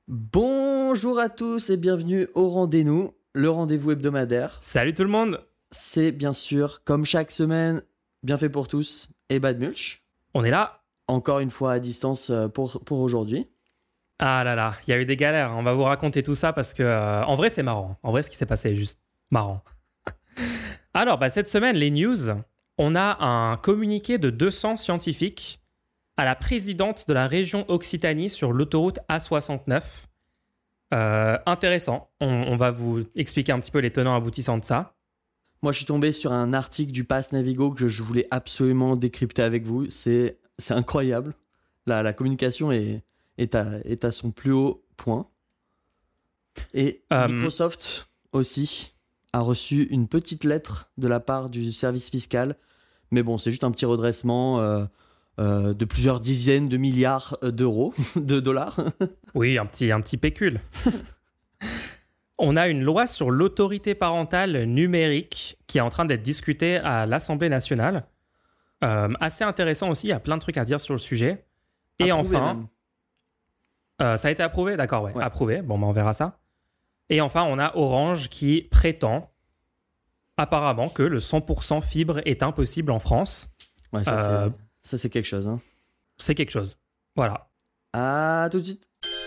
Bonjour à tous et bienvenue au Rendez-nous, le rendez-vous hebdomadaire. Salut tout le monde. C'est bien sûr, comme chaque semaine, Bien fait pour tous et Bad Mulch. On est là. Encore une fois à distance pour aujourd'hui. Ah là là, il y a eu des galères. On va vous raconter tout ça parce que, en vrai, c'est marrant. En vrai, ce qui s'est passé est juste marrant. Alors, cette semaine, les news, on a un communiqué de 200 scientifiques à la présidente de la région Occitanie sur l'autoroute A69. Intéressant. On va vous expliquer un petit peu les tenants aboutissants de ça. Moi, je suis tombé sur un article du Pass Navigo que je voulais absolument décrypter avec vous. C'est incroyable. La communication est à son plus haut point. Et Microsoft aussi a reçu une petite lettre de la part du service fiscal. Mais bon, c'est juste un petit redressement de plusieurs dizaines de milliards d'euros, de dollars. Oui, un petit pécule. On a une loi sur l'autorité parentale numérique qui est en train d'être discutée à l'Assemblée nationale. Assez intéressant aussi, il y a plein de trucs à dire sur le sujet. Et Approuvé enfin, ça a été approuvé, d'accord, ouais. Approuvé. Bon, on verra ça. Et enfin, on a Orange qui prétend apparemment que le 100% fibre est impossible en France. Ouais, ça c'est quelque chose. Hein. C'est quelque chose. Voilà. À tout de suite.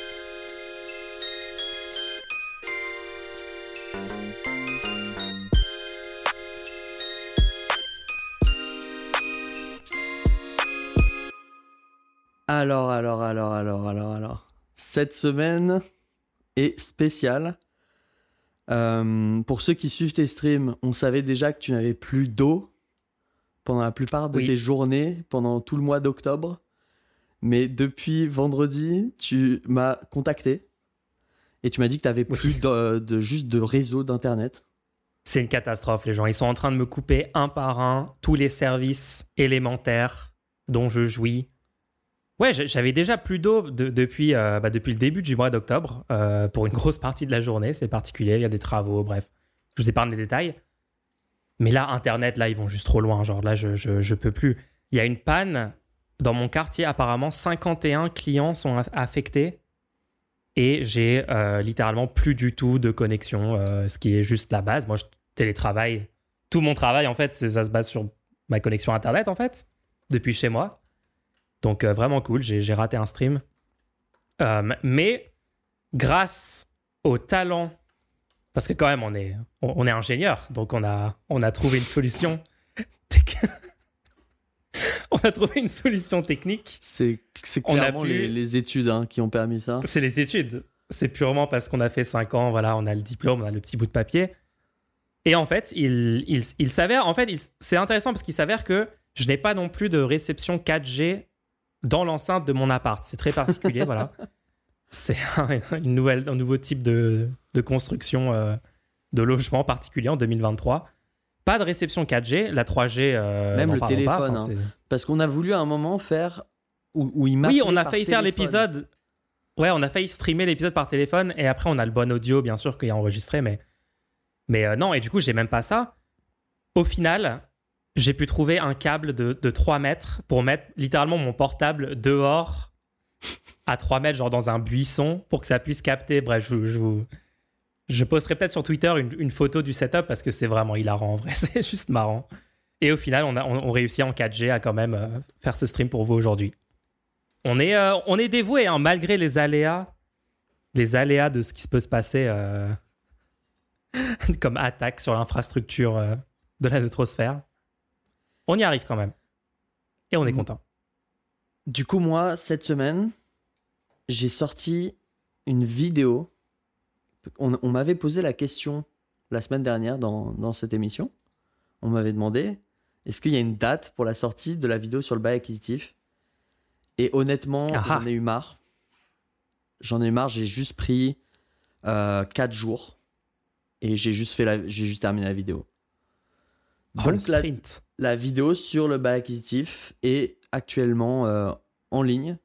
Alors. Cette semaine est spéciale. Pour ceux qui suivent tes streams, on savait déjà que tu n'avais plus d'eau pendant la plupart de tes journées, pendant tout le mois d'octobre. Mais depuis vendredi, tu m'as contacté et tu m'as dit que tu n'avais plus juste de réseau d'internet. C'est une catastrophe, les gens. Ils sont en train de me couper un par un tous les services élémentaires dont je jouis. Ouais, j'avais déjà plus d'eau depuis le début du mois d'octobre, pour une grosse partie de la journée. C'est particulier, il y a des travaux, bref. Je vous épargne les détails. Mais là, Internet, là, ils vont juste trop loin. Genre là, je peux plus. Il y a une panne dans mon quartier. Apparemment, 51 clients sont affectés. Et j'ai littéralement plus du tout de connexion, ce qui est juste la base. Moi, je télétravaille. Tout mon travail, en fait, ça se base sur ma connexion Internet, en fait, depuis chez moi. Donc, vraiment cool. J'ai raté un stream. Mais grâce au talent, parce que quand même, on est ingénieur, donc on a trouvé une solution. On a trouvé une solution technique. C'est clairement les études qui ont permis ça. C'est les études. C'est purement parce qu'on a fait 5 ans, voilà, on a le diplôme, on a le petit bout de papier. Et en fait, il s'avère... En fait, c'est intéressant parce qu'il s'avère que je n'ai pas non plus de réception 4G dans l'enceinte de mon appart. C'est très particulier, voilà. C'est un nouveau type de construction de logement particulier en 2023. Pas de réception 4G, la 3G... Même le téléphone, pas, parce qu'on a voulu à un moment faire où il m'appelait. Oui, on a failli faire l'épisode. Ouais, on a failli streamer l'épisode par téléphone et après on a le bon audio, bien sûr, qui est enregistré, mais non, et du coup, j'ai même pas ça. Au final, j'ai pu trouver un câble de 3 mètres pour mettre littéralement mon portable dehors à 3 mètres, genre dans un buisson, pour que ça puisse capter. Bref, je posterai peut-être sur Twitter une photo du setup parce que c'est vraiment hilarant, en vrai. C'est juste marrant. Et au final, on réussit en 4G à quand même faire ce stream pour vous aujourd'hui. On est dévoués, hein, malgré les aléas de ce qui peut se passer comme attaque sur l'infrastructure de la neutrosphère. On y arrive quand même. Et on est content. Du coup, moi, cette semaine, j'ai sorti une vidéo. On m'avait posé la question la semaine dernière dans cette émission. On m'avait demandé, est-ce qu'il y a une date pour la sortie de la vidéo sur le bail acquisitif ? Et honnêtement, j'en ai eu marre. J'ai juste pris 4 jours et j'ai juste terminé la vidéo. Donc la vidéo sur le bail acquisitif est actuellement en ligne.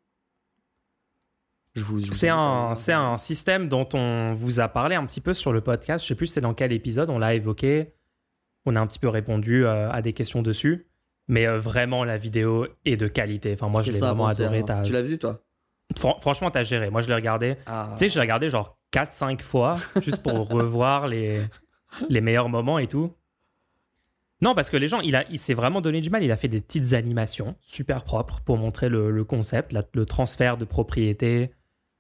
C'est un système dont on vous a parlé un petit peu sur le podcast. Je sais plus c'est dans quel épisode on l'a évoqué. On a un petit peu répondu à des questions dessus. Mais vraiment, la vidéo est de qualité. Enfin, moi, je l'ai vraiment adoré. Tu l'as vu, toi ? Franchement, t'as géré. Moi, je l'ai regardé. Ah. Tu sais, je l'ai regardé genre 4-5 fois, juste pour revoir les meilleurs moments et tout. Non, parce que les gens, il s'est vraiment donné du mal. Il a fait des petites animations super propres pour montrer le concept, le transfert de propriété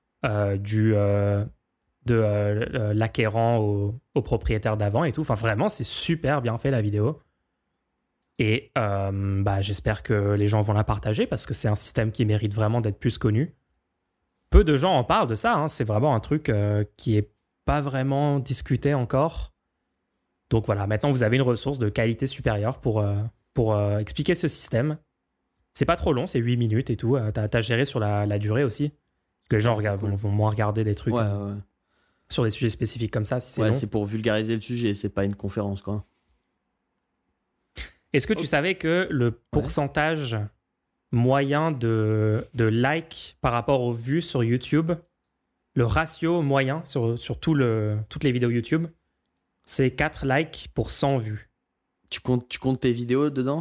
de l'acquérant au propriétaire d'avant et tout. Enfin, vraiment, c'est super bien fait la vidéo. Et j'espère que les gens vont la partager parce que c'est un système qui mérite vraiment d'être plus connu. Peu de gens en parlent de ça. Hein. C'est vraiment un truc qui est pas vraiment discuté encore. Donc voilà, maintenant vous avez une ressource de qualité supérieure pour expliquer ce système. C'est pas trop long, c'est 8 minutes et tout. T'as géré sur la durée aussi. Parce que les gens vont moins regarder des trucs sur des sujets spécifiques comme ça si c'est long. C'est pour vulgariser le sujet, c'est pas une conférence, quoi. Est-ce que tu savais que le pourcentage moyen de likes par rapport aux vues sur YouTube, le ratio moyen sur toutes les vidéos YouTube, c'est 4 likes pour 100 vues. Tu comptes tes vidéos dedans?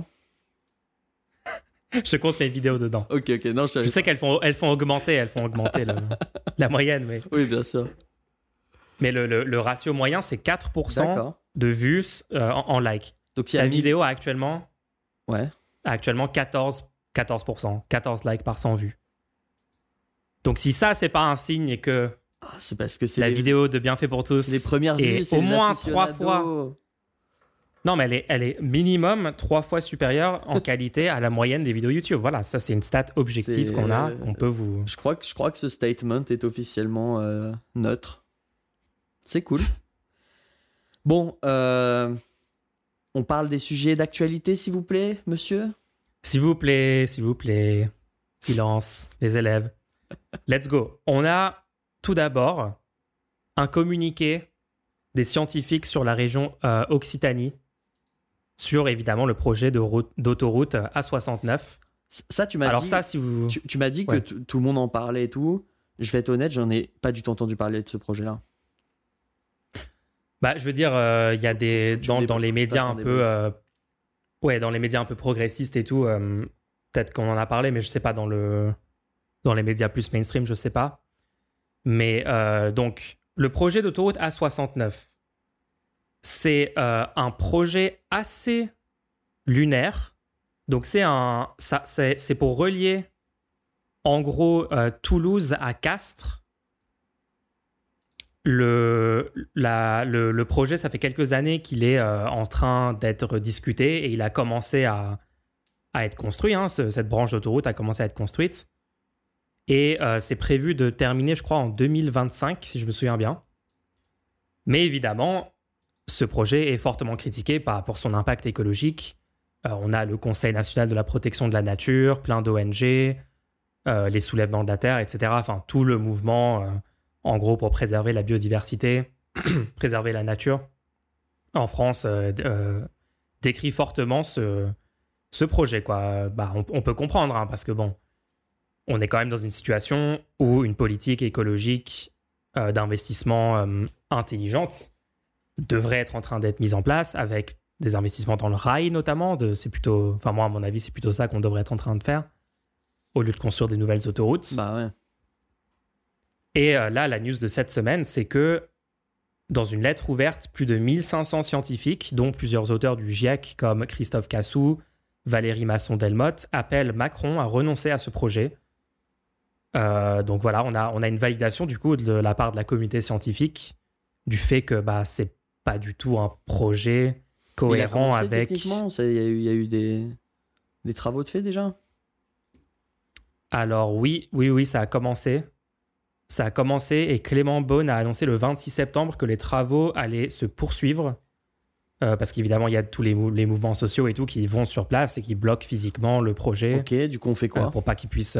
Je compte mes vidéos dedans. Ok. Non, je sais qu'elles font augmenter la moyenne. Mais... Oui, bien sûr. Mais le ratio moyen, c'est 4% de vues en like. Donc, si la vidéo a actuellement, a actuellement 14%, 14 likes par 100 vues. Donc si ça, c'est pas un signe que c'est parce que c'est la vidéo de Bienfait pour tous, c'est les premières vues, c'est au moins 3 fois. Non, mais elle est minimum 3 fois supérieure en qualité à la moyenne des vidéos YouTube. Voilà, ça c'est une stat objective qu'on peut vous... Je crois que ce statement est officiellement neutre. C'est cool. Bon, on parle des sujets d'actualité, s'il vous plaît, monsieur? S'il vous plaît. Silence, les élèves. Let's go. On a tout d'abord un communiqué des scientifiques sur la région Occitanie sur évidemment le projet d'autoroute A69. Ça, tu m'as dit. Alors ça, si vous... Tu m'as dit que tout le monde en parlait et tout. Je vais être honnête, j'en ai pas du tout entendu parler de ce projet-là. Je veux dire, il y a dans les médias un peu... dans les médias un peu progressistes et tout, peut-être qu'on en a parlé, mais je sais pas, dans les médias plus mainstream, je sais pas. Mais donc, le projet d'autoroute A69, c'est un projet assez lunaire. Donc, c'est pour relier, en gros, Toulouse à Castres. Le projet, ça fait quelques années qu'il est en train d'être discuté et il a commencé à être construit. Hein. Cette branche d'autoroute a commencé à être construite. Et c'est prévu de terminer, je crois, en 2025, si je me souviens bien. Mais évidemment, ce projet est fortement critiqué pour son impact écologique. On a le Conseil national de la protection de la nature, plein d'ONG, les soulèvements de la terre, etc. Enfin, tout le mouvement... en gros, pour préserver la biodiversité, préserver la nature, en France, décrit fortement ce projet, quoi. On peut comprendre, hein, parce que bon, on est quand même dans une situation où une politique écologique d'investissement intelligente devrait être en train d'être mise en place avec des investissements dans le rail, notamment. Moi, à mon avis, c'est plutôt ça qu'on devrait être en train de faire, au lieu de construire des nouvelles autoroutes. Ouais. Et là, la news de cette semaine, c'est que dans une lettre ouverte, plus de 1500 scientifiques, dont plusieurs auteurs du GIEC comme Christophe Cassou, Valérie Masson-Delmotte, appellent Macron à renoncer à ce projet. Donc voilà, on a une validation du coup de la part de la communauté scientifique du fait que c'est pas du tout un projet cohérent avec... Techniquement, il y a eu des travaux de fait déjà? Alors oui, ça a commencé. Ça a commencé et Clément Beaune a annoncé le 26 septembre que les travaux allaient se poursuivre parce qu'évidemment, il y a tous les mouvements sociaux et tout qui vont sur place et qui bloquent physiquement le projet. Ok, du coup, on fait quoi? Pour pas qu'ils puissent...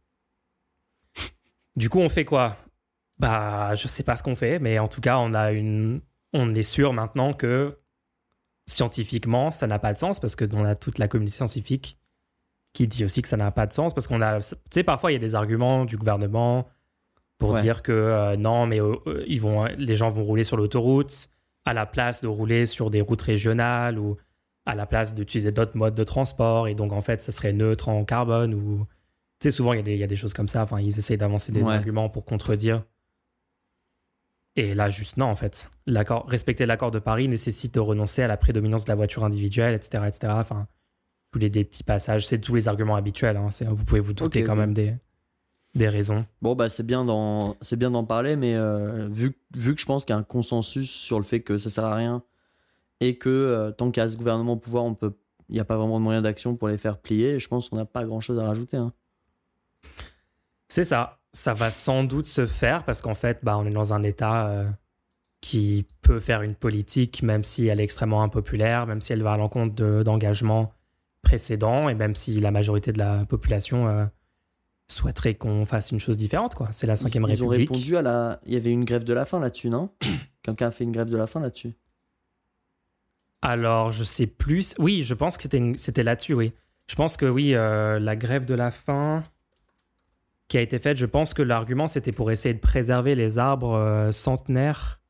Du coup, on fait quoi? Je sais pas ce qu'on fait, mais en tout cas, on est sûr maintenant que scientifiquement, ça n'a pas de sens parce qu'on a toute la communauté scientifique qui dit aussi que ça n'a pas de sens parce qu'on a... Tu sais, parfois, il y a des arguments du gouvernement pour dire que non, mais les gens vont rouler sur l'autoroute à la place de rouler sur des routes régionales ou à la place d'utiliser d'autres modes de transport. Et donc, en fait, ça serait neutre en carbone ou Tu sais, souvent, il y a des choses comme ça. Enfin, ils essayent d'avancer des arguments pour contredire. Et là, juste non, en fait. Respecter l'accord de Paris nécessite de renoncer à la prédominance de la voiture individuelle, etc., etc. Enfin, des petits passages, c'est tous les arguments habituels. Hein. Vous pouvez vous douter quand même des raisons. Bon, bah, c'est bien d'en parler, mais vu que je pense qu'il y a un consensus sur le fait que ça sert à rien et que tant qu'il y a ce gouvernement au pouvoir, il n'y a pas vraiment de moyen d'action pour les faire plier, je pense qu'on n'a pas grand-chose à rajouter. Hein. C'est ça. Ça va sans doute se faire parce qu'en fait, on est dans un État qui peut faire une politique, même si elle est extrêmement impopulaire, même si elle va à l'encontre d'engagements précédents et même si la majorité de la population souhaiterait qu'on fasse une chose différente, quoi. C'est la 5e République. Ils ont répondu Il y avait une grève de la faim là-dessus, non? Quelqu'un a fait une grève de la faim là-dessus? Alors, je sais plus. Oui, je pense que c'était là-dessus, oui. Je pense que oui, la grève de la faim qui a été faite, je pense que l'argument, c'était pour essayer de préserver les arbres centenaires.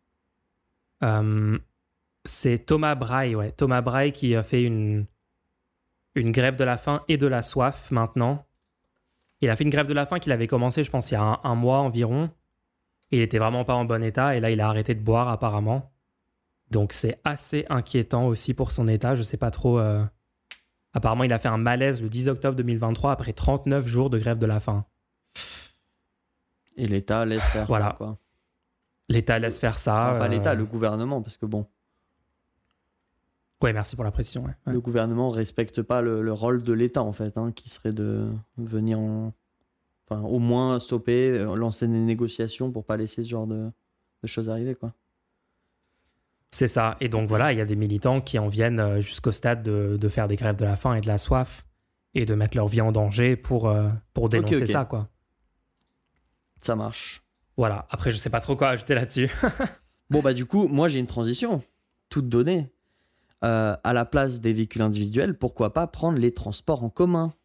C'est Thomas Braille, ouais. Thomas Braille qui a fait une grève de la faim et de la soif maintenant. Il a fait une grève de la faim qu'il avait commencé, je pense, il y a un mois environ. Il était vraiment pas en bon état et là, il a arrêté de boire apparemment. Donc, c'est assez inquiétant aussi pour son état. Je sais pas trop. Apparemment, il a fait un malaise le 10 octobre 2023 après 39 jours de grève de la faim. Et l'État laisse faire ça, quoi. L'État laisse faire ça. Enfin, pas l'État, le gouvernement, parce que bon. Ouais, merci pour la précision. Ouais. Le gouvernement respecte pas le rôle de l'État, en fait, qui serait de venir enfin, au moins stopper, lancer des négociations pour pas laisser ce genre de choses arriver, quoi. C'est ça. Et donc voilà, il y a des militants qui en viennent jusqu'au stade de faire des grèves de la faim et de la soif et de mettre leur vie en danger pour dénoncer ça, quoi. Ça marche. Voilà. Après, je sais pas trop quoi ajouter là-dessus. Bon, bah du coup, moi, j'ai une transition toute donnée. À la place des véhicules individuels, pourquoi pas prendre les transports en commun?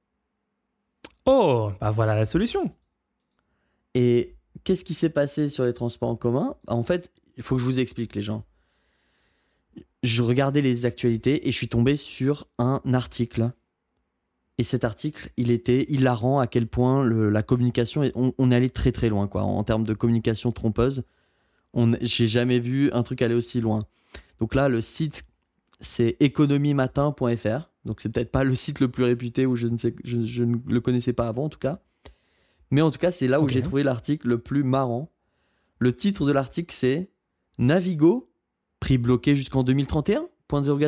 Oh, bah voilà la solution. Et qu'est-ce qui s'est passé sur les transports en commun? En fait, il faut que je vous explique, les gens. Je regardais les actualités et je suis tombé sur un article. Et cet article, il était hilarant à quel point la communication... On est allé très très loin, quoi. En termes de communication trompeuse, j'ai jamais vu un truc aller aussi loin. Donc là, le site, c'est économieMatin.fr. Donc c'est peut-être pas le site le plus réputé, ou je ne le connaissais pas avant en tout cas. Mais en tout cas, c'est là où j'ai trouvé l'article le plus marrant. Le titre de l'article, c'est « Navigo, prix bloqué jusqu'en 2031 ? Point d'interrogation ».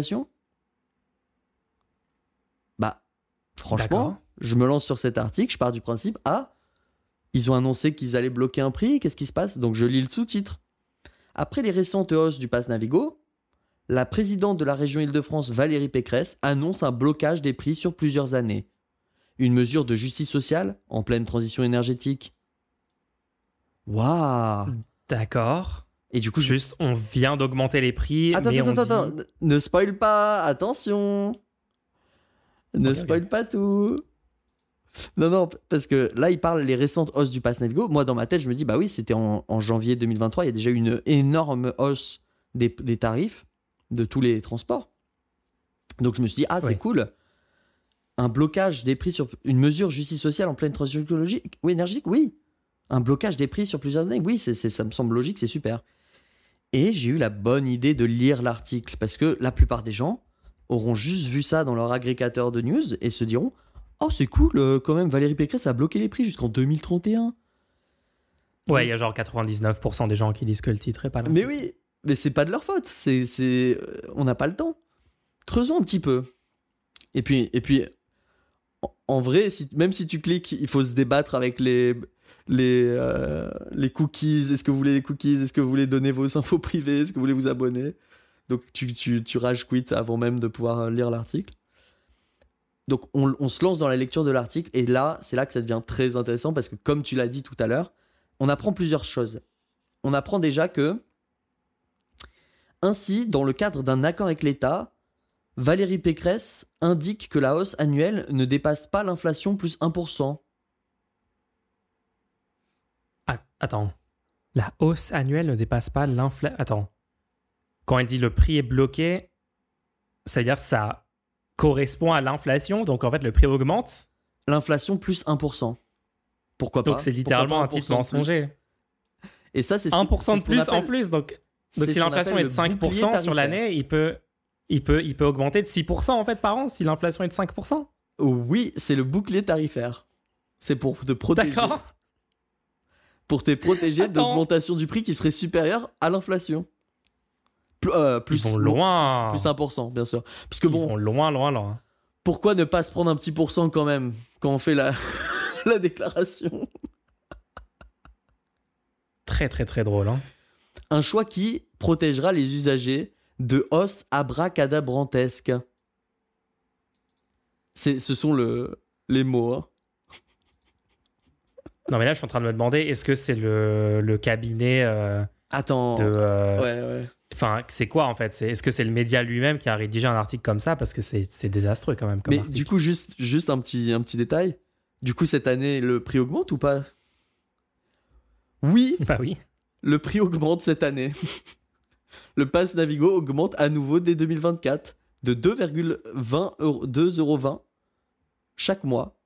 Bah, franchement, je me lance sur cet article, je pars du principe, ils ont annoncé qu'ils allaient bloquer un prix, qu'est-ce qui se passe? Donc je lis le sous-titre. Après les récentes hausses du pass Navigo, la présidente de la région Île-de-France, Valérie Pécresse, annonce un blocage des prix sur plusieurs années. Une mesure de justice sociale en pleine transition énergétique. Waouh! D'accord. Et du coup, on vient d'augmenter les prix. Attends. Ne spoil pas, attention! Ne spoil pas tout! Non, parce que là, il parle les récentes hausses du pass Navigo. Moi, dans ma tête, je me dis, bah oui, c'était en janvier 2023, il y a déjà eu une énorme hausse des tarifs de tous les transports. Donc, je me suis dit, c'est cool. Un blocage des prix sur une mesure justice sociale en pleine transition écologique, énergique, oui. Un blocage des prix sur plusieurs années, oui, ça me semble logique, c'est super. Et j'ai eu la bonne idée de lire l'article, parce que la plupart des gens auront juste vu ça dans leur agrégateur de news et se diront, oh, c'est cool, quand même, Valérie Pécresse a bloqué les prix jusqu'en 2031. Ouais, il y a genre 99% des gens qui disent que le titre est pas là. Mais oui, mais c'est pas de leur faute, on n'a pas le temps. Creusons un petit peu. Et puis en vrai, même si tu cliques, il faut se débattre avec les cookies. Est-ce que vous voulez les cookies? Est-ce que vous voulez donner vos infos privées? Est-ce que vous voulez vous abonner? Donc tu rage quit avant même de pouvoir lire l'article. Donc on se lance dans la lecture de l'article et là, c'est là que ça devient très intéressant parce que comme tu l'as dit tout à l'heure, on apprend plusieurs choses. On apprend déjà que ainsi, dans le cadre d'un accord avec l'État, Valérie Pécresse indique que la hausse annuelle ne dépasse pas l'inflation plus 1%. Attends. La hausse annuelle ne dépasse pas l'inflation... Attends. Quand elle dit le prix est bloqué, ça veut dire que ça correspond à l'inflation, donc en fait le prix augmente? l'inflation plus 1%. Pourquoi pas? Donc c'est littéralement un Pourquoi titre pas 1% de plus? mensonger. Et ça, c'est 1% de c'est ce qu'on plus en appelle- plus. Donc c'est si ce qu'on l'inflation appelle est de le bouclier 5% sur tarifaire. l'année, il peut augmenter de 6% en fait par an si l'inflation est de 5%. Oui, c'est le bouclier tarifaire. C'est pour te protéger. D'accord. Pour te protéger Attends. d'augmentation du prix qui serait supérieure à l'inflation. Plus, Ils vont loin. plus 1%, bien sûr. Parce que Ils bon, vont loin, loin, loin. pourquoi ne pas se prendre un petit pourcent quand même quand on fait la, la déclaration? Très très très drôle. Hein. Un choix qui protégera les usagers de hausses abracadabrantesques. Ce sont les mots. Hein. Non mais là je suis en train de me demander est-ce que c'est le cabinet Attends. de Ouais. Enfin, c'est quoi en fait est-ce que c'est le média lui-même qui a rédigé un article comme ça? Parce que c'est désastreux quand même. Comme Mais article. du coup, juste un petit détail. Du coup, cette année, le prix augmente ou pas? Oui, Bah oui. le prix augmente cette année. Le pass Navigo augmente à nouveau dès 2024 de 2,20 € chaque mois.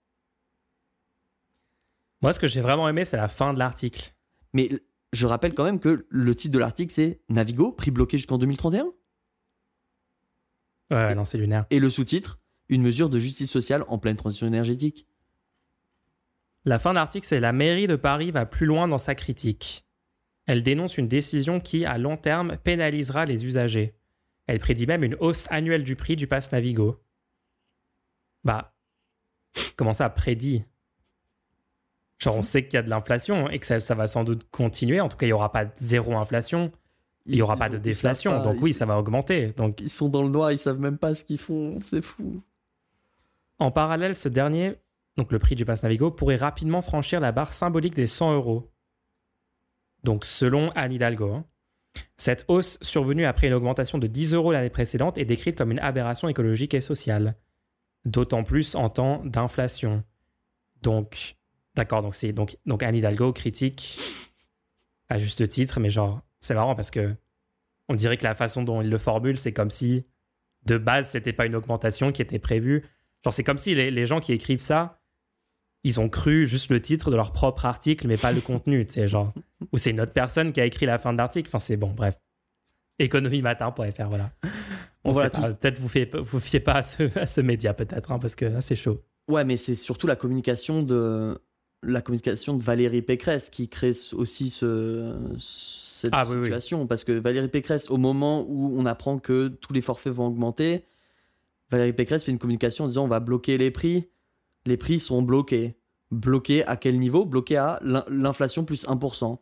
Moi, ce que j'ai vraiment aimé, c'est la fin de l'article. Mais je rappelle quand même que le titre de l'article, c'est Navigo, prix bloqué jusqu'en 2031. Ouais, non, c'est lunaire. Et le sous-titre, une mesure de justice sociale en pleine transition énergétique. La fin de l'article, c'est la mairie de Paris va plus loin dans sa critique. Elle dénonce une décision qui, à long terme, pénalisera les usagers. Elle prédit même une hausse annuelle du prix du pass Navigo. Bah, comment ça, prédit? Genre, on sait qu'il y a de l'inflation et que ça va sans doute continuer. En tout cas, il n'y aura pas zéro inflation. Il n'y aura pas de déflation. Donc oui, ça va augmenter. Donc, ils sont dans le noir, ils savent même pas ce qu'ils font. C'est fou. en parallèle, ce dernier, donc le prix du pass Navigo, pourrait rapidement franchir la barre symbolique des 100 €. Donc, selon Anne Hidalgo, hein. Cette hausse survenue après une augmentation de 10 € l'année précédente est décrite comme une aberration écologique et sociale. D'autant plus en temps d'inflation. Donc, d'accord, donc Anne Hidalgo critique à juste titre, mais genre, c'est marrant parce que on dirait que la façon dont il le formule, c'est comme si de base, c'était pas une augmentation qui était prévue. Genre, c'est comme si les gens qui écrivent ça, ils ont cru juste le titre de leur propre article, mais pas le contenu, tu sais, genre. Ou c'est une autre personne qui a écrit la fin de l'article. Enfin, c'est bon, bref. Économiematin.fr, voilà. On Voilà, sait pas. Peut-être vous fiez pas à ce média, peut-être, hein, parce que là, c'est chaud. Ouais, mais c'est surtout la communication de Valérie Pécresse qui crée aussi cette situation. Oui. Parce que Valérie Pécresse, au moment où on apprend que tous les forfaits vont augmenter, Valérie Pécresse fait une communication en disant on va bloquer les prix. Les prix sont bloqués. Bloqués à quel niveau? Bloqués à l'inflation plus 1%.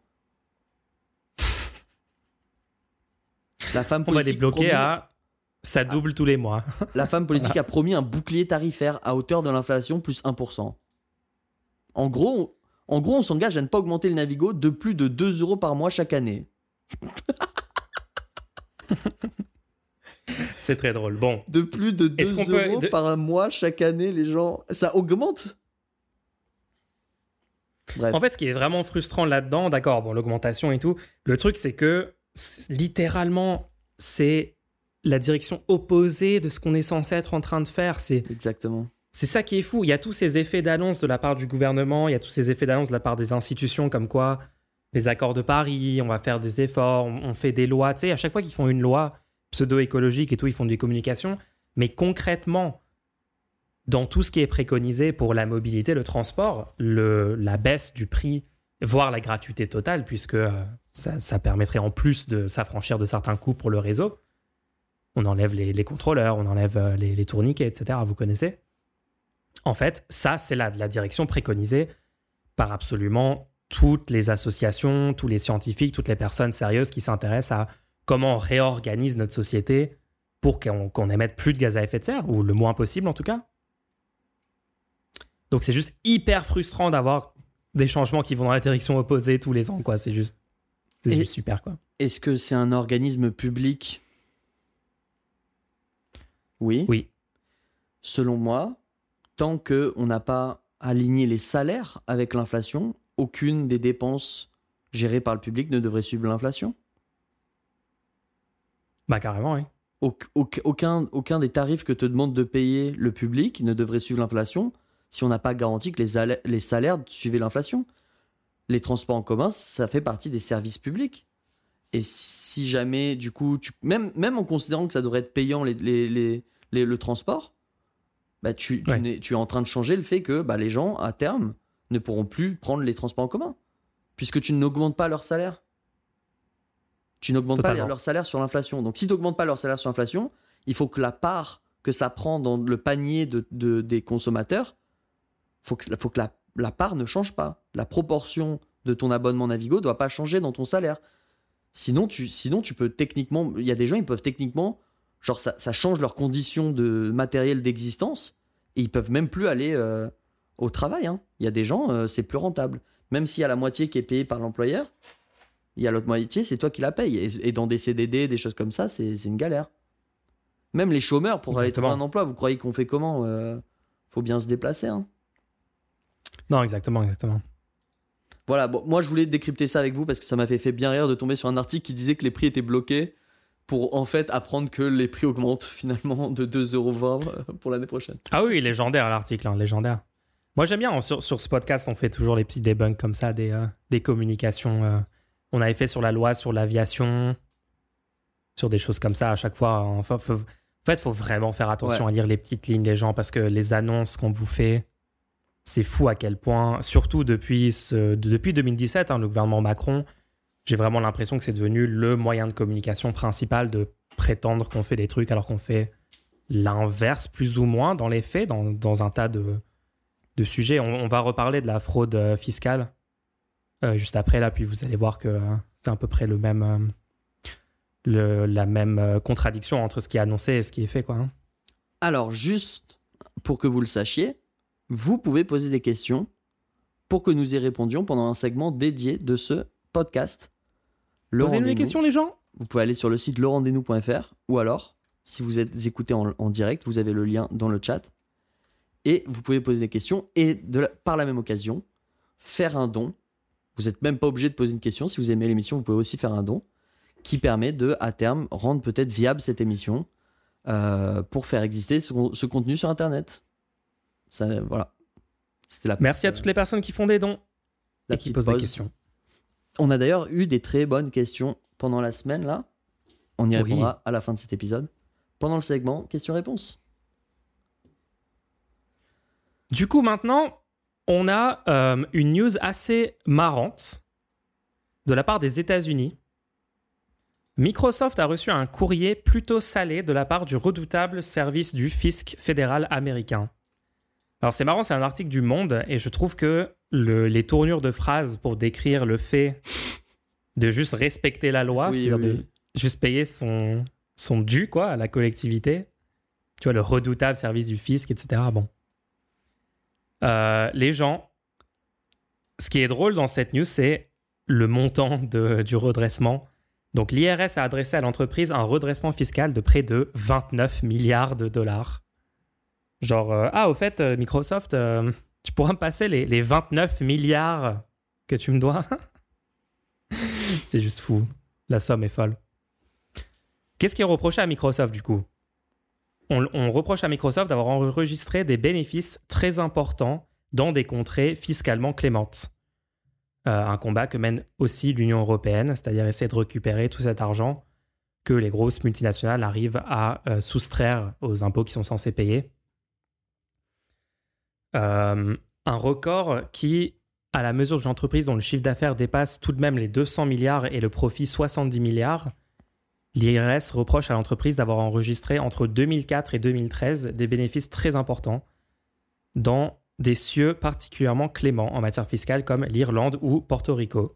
La femme politique on va les bloquer à... Ça double tous les mois. La femme politique a promis un bouclier tarifaire à hauteur de l'inflation plus 1%. En gros, on s'engage à ne pas augmenter le Navigo de plus de 2 € par mois chaque année. C'est très drôle. Bon. De plus de 2 € par mois chaque année, les gens... Ça augmente. Bref. En fait, ce qui est vraiment frustrant là-dedans, d'accord, bon, l'augmentation et tout, le truc, c'est que littéralement, c'est la direction opposée de ce qu'on est censé être en train de faire. Exactement. C'est ça qui est fou. Il y a tous ces effets d'annonce de la part du gouvernement, il y a tous ces effets d'annonce de la part des institutions, comme quoi les accords de Paris, on va faire des efforts, on fait des lois. Tu sais, à chaque fois qu'ils font une loi pseudo-écologique et tout, ils font des communications. Mais concrètement, dans tout ce qui est préconisé pour la mobilité, le transport, la baisse du prix, voire la gratuité totale, puisque ça permettrait en plus de s'affranchir de certains coûts pour le réseau. On enlève les contrôleurs, on enlève les tourniquets, etc. Vous connaissez. En fait, ça, c'est la direction préconisée par absolument toutes les associations, tous les scientifiques, toutes les personnes sérieuses qui s'intéressent à comment on réorganise notre société pour qu'on émette plus de gaz à effet de serre, ou le moins possible en tout cas. Donc c'est juste hyper frustrant d'avoir des changements qui vont dans la direction opposée tous les ans, quoi. C'est juste super, quoi. Est-ce que c'est un organisme public? Oui. Selon moi, tant qu'on n'a pas aligné les salaires avec l'inflation, aucune des dépenses gérées par le public ne devrait suivre l'inflation. Bah carrément, oui. Aucun des tarifs que te demande de payer le public ne devrait suivre l'inflation, si on n'a pas garanti que les salaires suivaient l'inflation. Les transports en commun, ça fait partie des services publics. Et si jamais, du coup, même en considérant que ça devrait être payant le transport, bah tu es en train de changer le fait que les gens, à terme, ne pourront plus prendre les transports en commun. Puisque tu n'augmentes pas leur salaire. Tu n'augmentes pas leur salaire sur l'inflation. Donc, si tu n'augmentes pas leur salaire sur l'inflation, il faut que la part que ça prend dans le panier des consommateurs, faut que la part ne change pas. La proportion de ton abonnement Navigo ne doit pas changer dans ton salaire. Sinon, tu peux techniquement... Il y a des gens, ils peuvent techniquement... Genre, ça change leurs conditions de matériel d'existence et ils peuvent même plus aller au travail. Hein. Il y a des gens, c'est plus rentable. Même s'il y a la moitié qui est payée par l'employeur, il y a l'autre moitié, c'est toi qui la payes. Et dans des CDD, des choses comme ça, c'est une galère. Même les chômeurs, pour aller trouver un emploi, vous croyez qu'on fait comment faut bien se déplacer. Hein. Non, exactement. Voilà, bon, moi je voulais décrypter ça avec vous parce que ça m'a fait bien rire de tomber sur un article qui disait que les prix étaient bloqués pour en fait apprendre que les prix augmentent finalement de 2,20€ pour l'année prochaine. Ah oui, légendaire l'article, légendaire. Moi j'aime bien, sur ce podcast, on fait toujours les petits debunks comme ça, des communications. On avait fait sur la loi, sur l'aviation, sur des choses comme ça à chaque fois. Enfin, en fait, faut vraiment faire attention à lire les petites lignes des gens parce que les annonces qu'on vous fait, c'est fou à quel point, surtout depuis 2017, le gouvernement Macron, j'ai vraiment l'impression que c'est devenu le moyen de communication principal de prétendre qu'on fait des trucs alors qu'on fait l'inverse plus ou moins dans les faits, dans un tas de sujets. On va reparler de la fraude fiscale juste après, là, puis vous allez voir que c'est à peu près la même contradiction entre ce qui est annoncé et ce qui est fait, quoi. Hein. Alors, juste pour que vous le sachiez, vous pouvez poser des questions pour que nous y répondions pendant un segment dédié de ce podcast. Posez-nous des questions, les gens. Vous pouvez aller sur le site lerendez-nous.fr ou alors, si vous êtes écouté en direct, vous avez le lien dans le chat et vous pouvez poser des questions et par la même occasion, faire un don. Vous n'êtes même pas obligé de poser une question. Si vous aimez l'émission, vous pouvez aussi faire un don qui permet de, à terme, rendre peut-être viable cette émission pour faire exister ce contenu sur Internet. Ça, voilà. Merci à toutes les personnes qui font des dons et qui posent des questions. On a d'ailleurs eu des très bonnes questions pendant la semaine, là. On y répondra à la fin de cet épisode. Pendant le segment questions-réponses. Du coup, maintenant, on a une news assez marrante de la part des États-Unis. Microsoft a reçu un courrier plutôt salé de la part du redoutable service du fisc fédéral américain. Alors c'est marrant, c'est un article du Monde et je trouve que les tournures de phrases pour décrire le fait de juste respecter la loi, c'est-à-dire de juste payer son dû quoi, à la collectivité, tu vois, le redoutable service du fisc, etc. Bon. Les gens, ce qui est drôle dans cette news, c'est le montant du redressement. Donc l'IRS a adressé à l'entreprise un redressement fiscal de près de 29 milliards de dollars. Genre, au fait, Microsoft, tu pourras me passer les 29 milliards que tu me dois. C'est juste fou. La somme est folle. Qu'est-ce qui est reproché à Microsoft, du coup ? On reproche à Microsoft d'avoir enregistré des bénéfices très importants dans des contrées fiscalement clémentes. Un combat que mène aussi l'Union européenne, c'est-à-dire essayer de récupérer tout cet argent que les grosses multinationales arrivent à soustraire aux impôts qu'ils sont censés payer. Un record qui, à la mesure d'une entreprise dont le chiffre d'affaires dépasse tout de même les 200 milliards et le profit 70 milliards, l'IRS reproche à l'entreprise d'avoir enregistré entre 2004 et 2013 des bénéfices très importants dans des cieux particulièrement cléments en matière fiscale comme l'Irlande ou Porto Rico.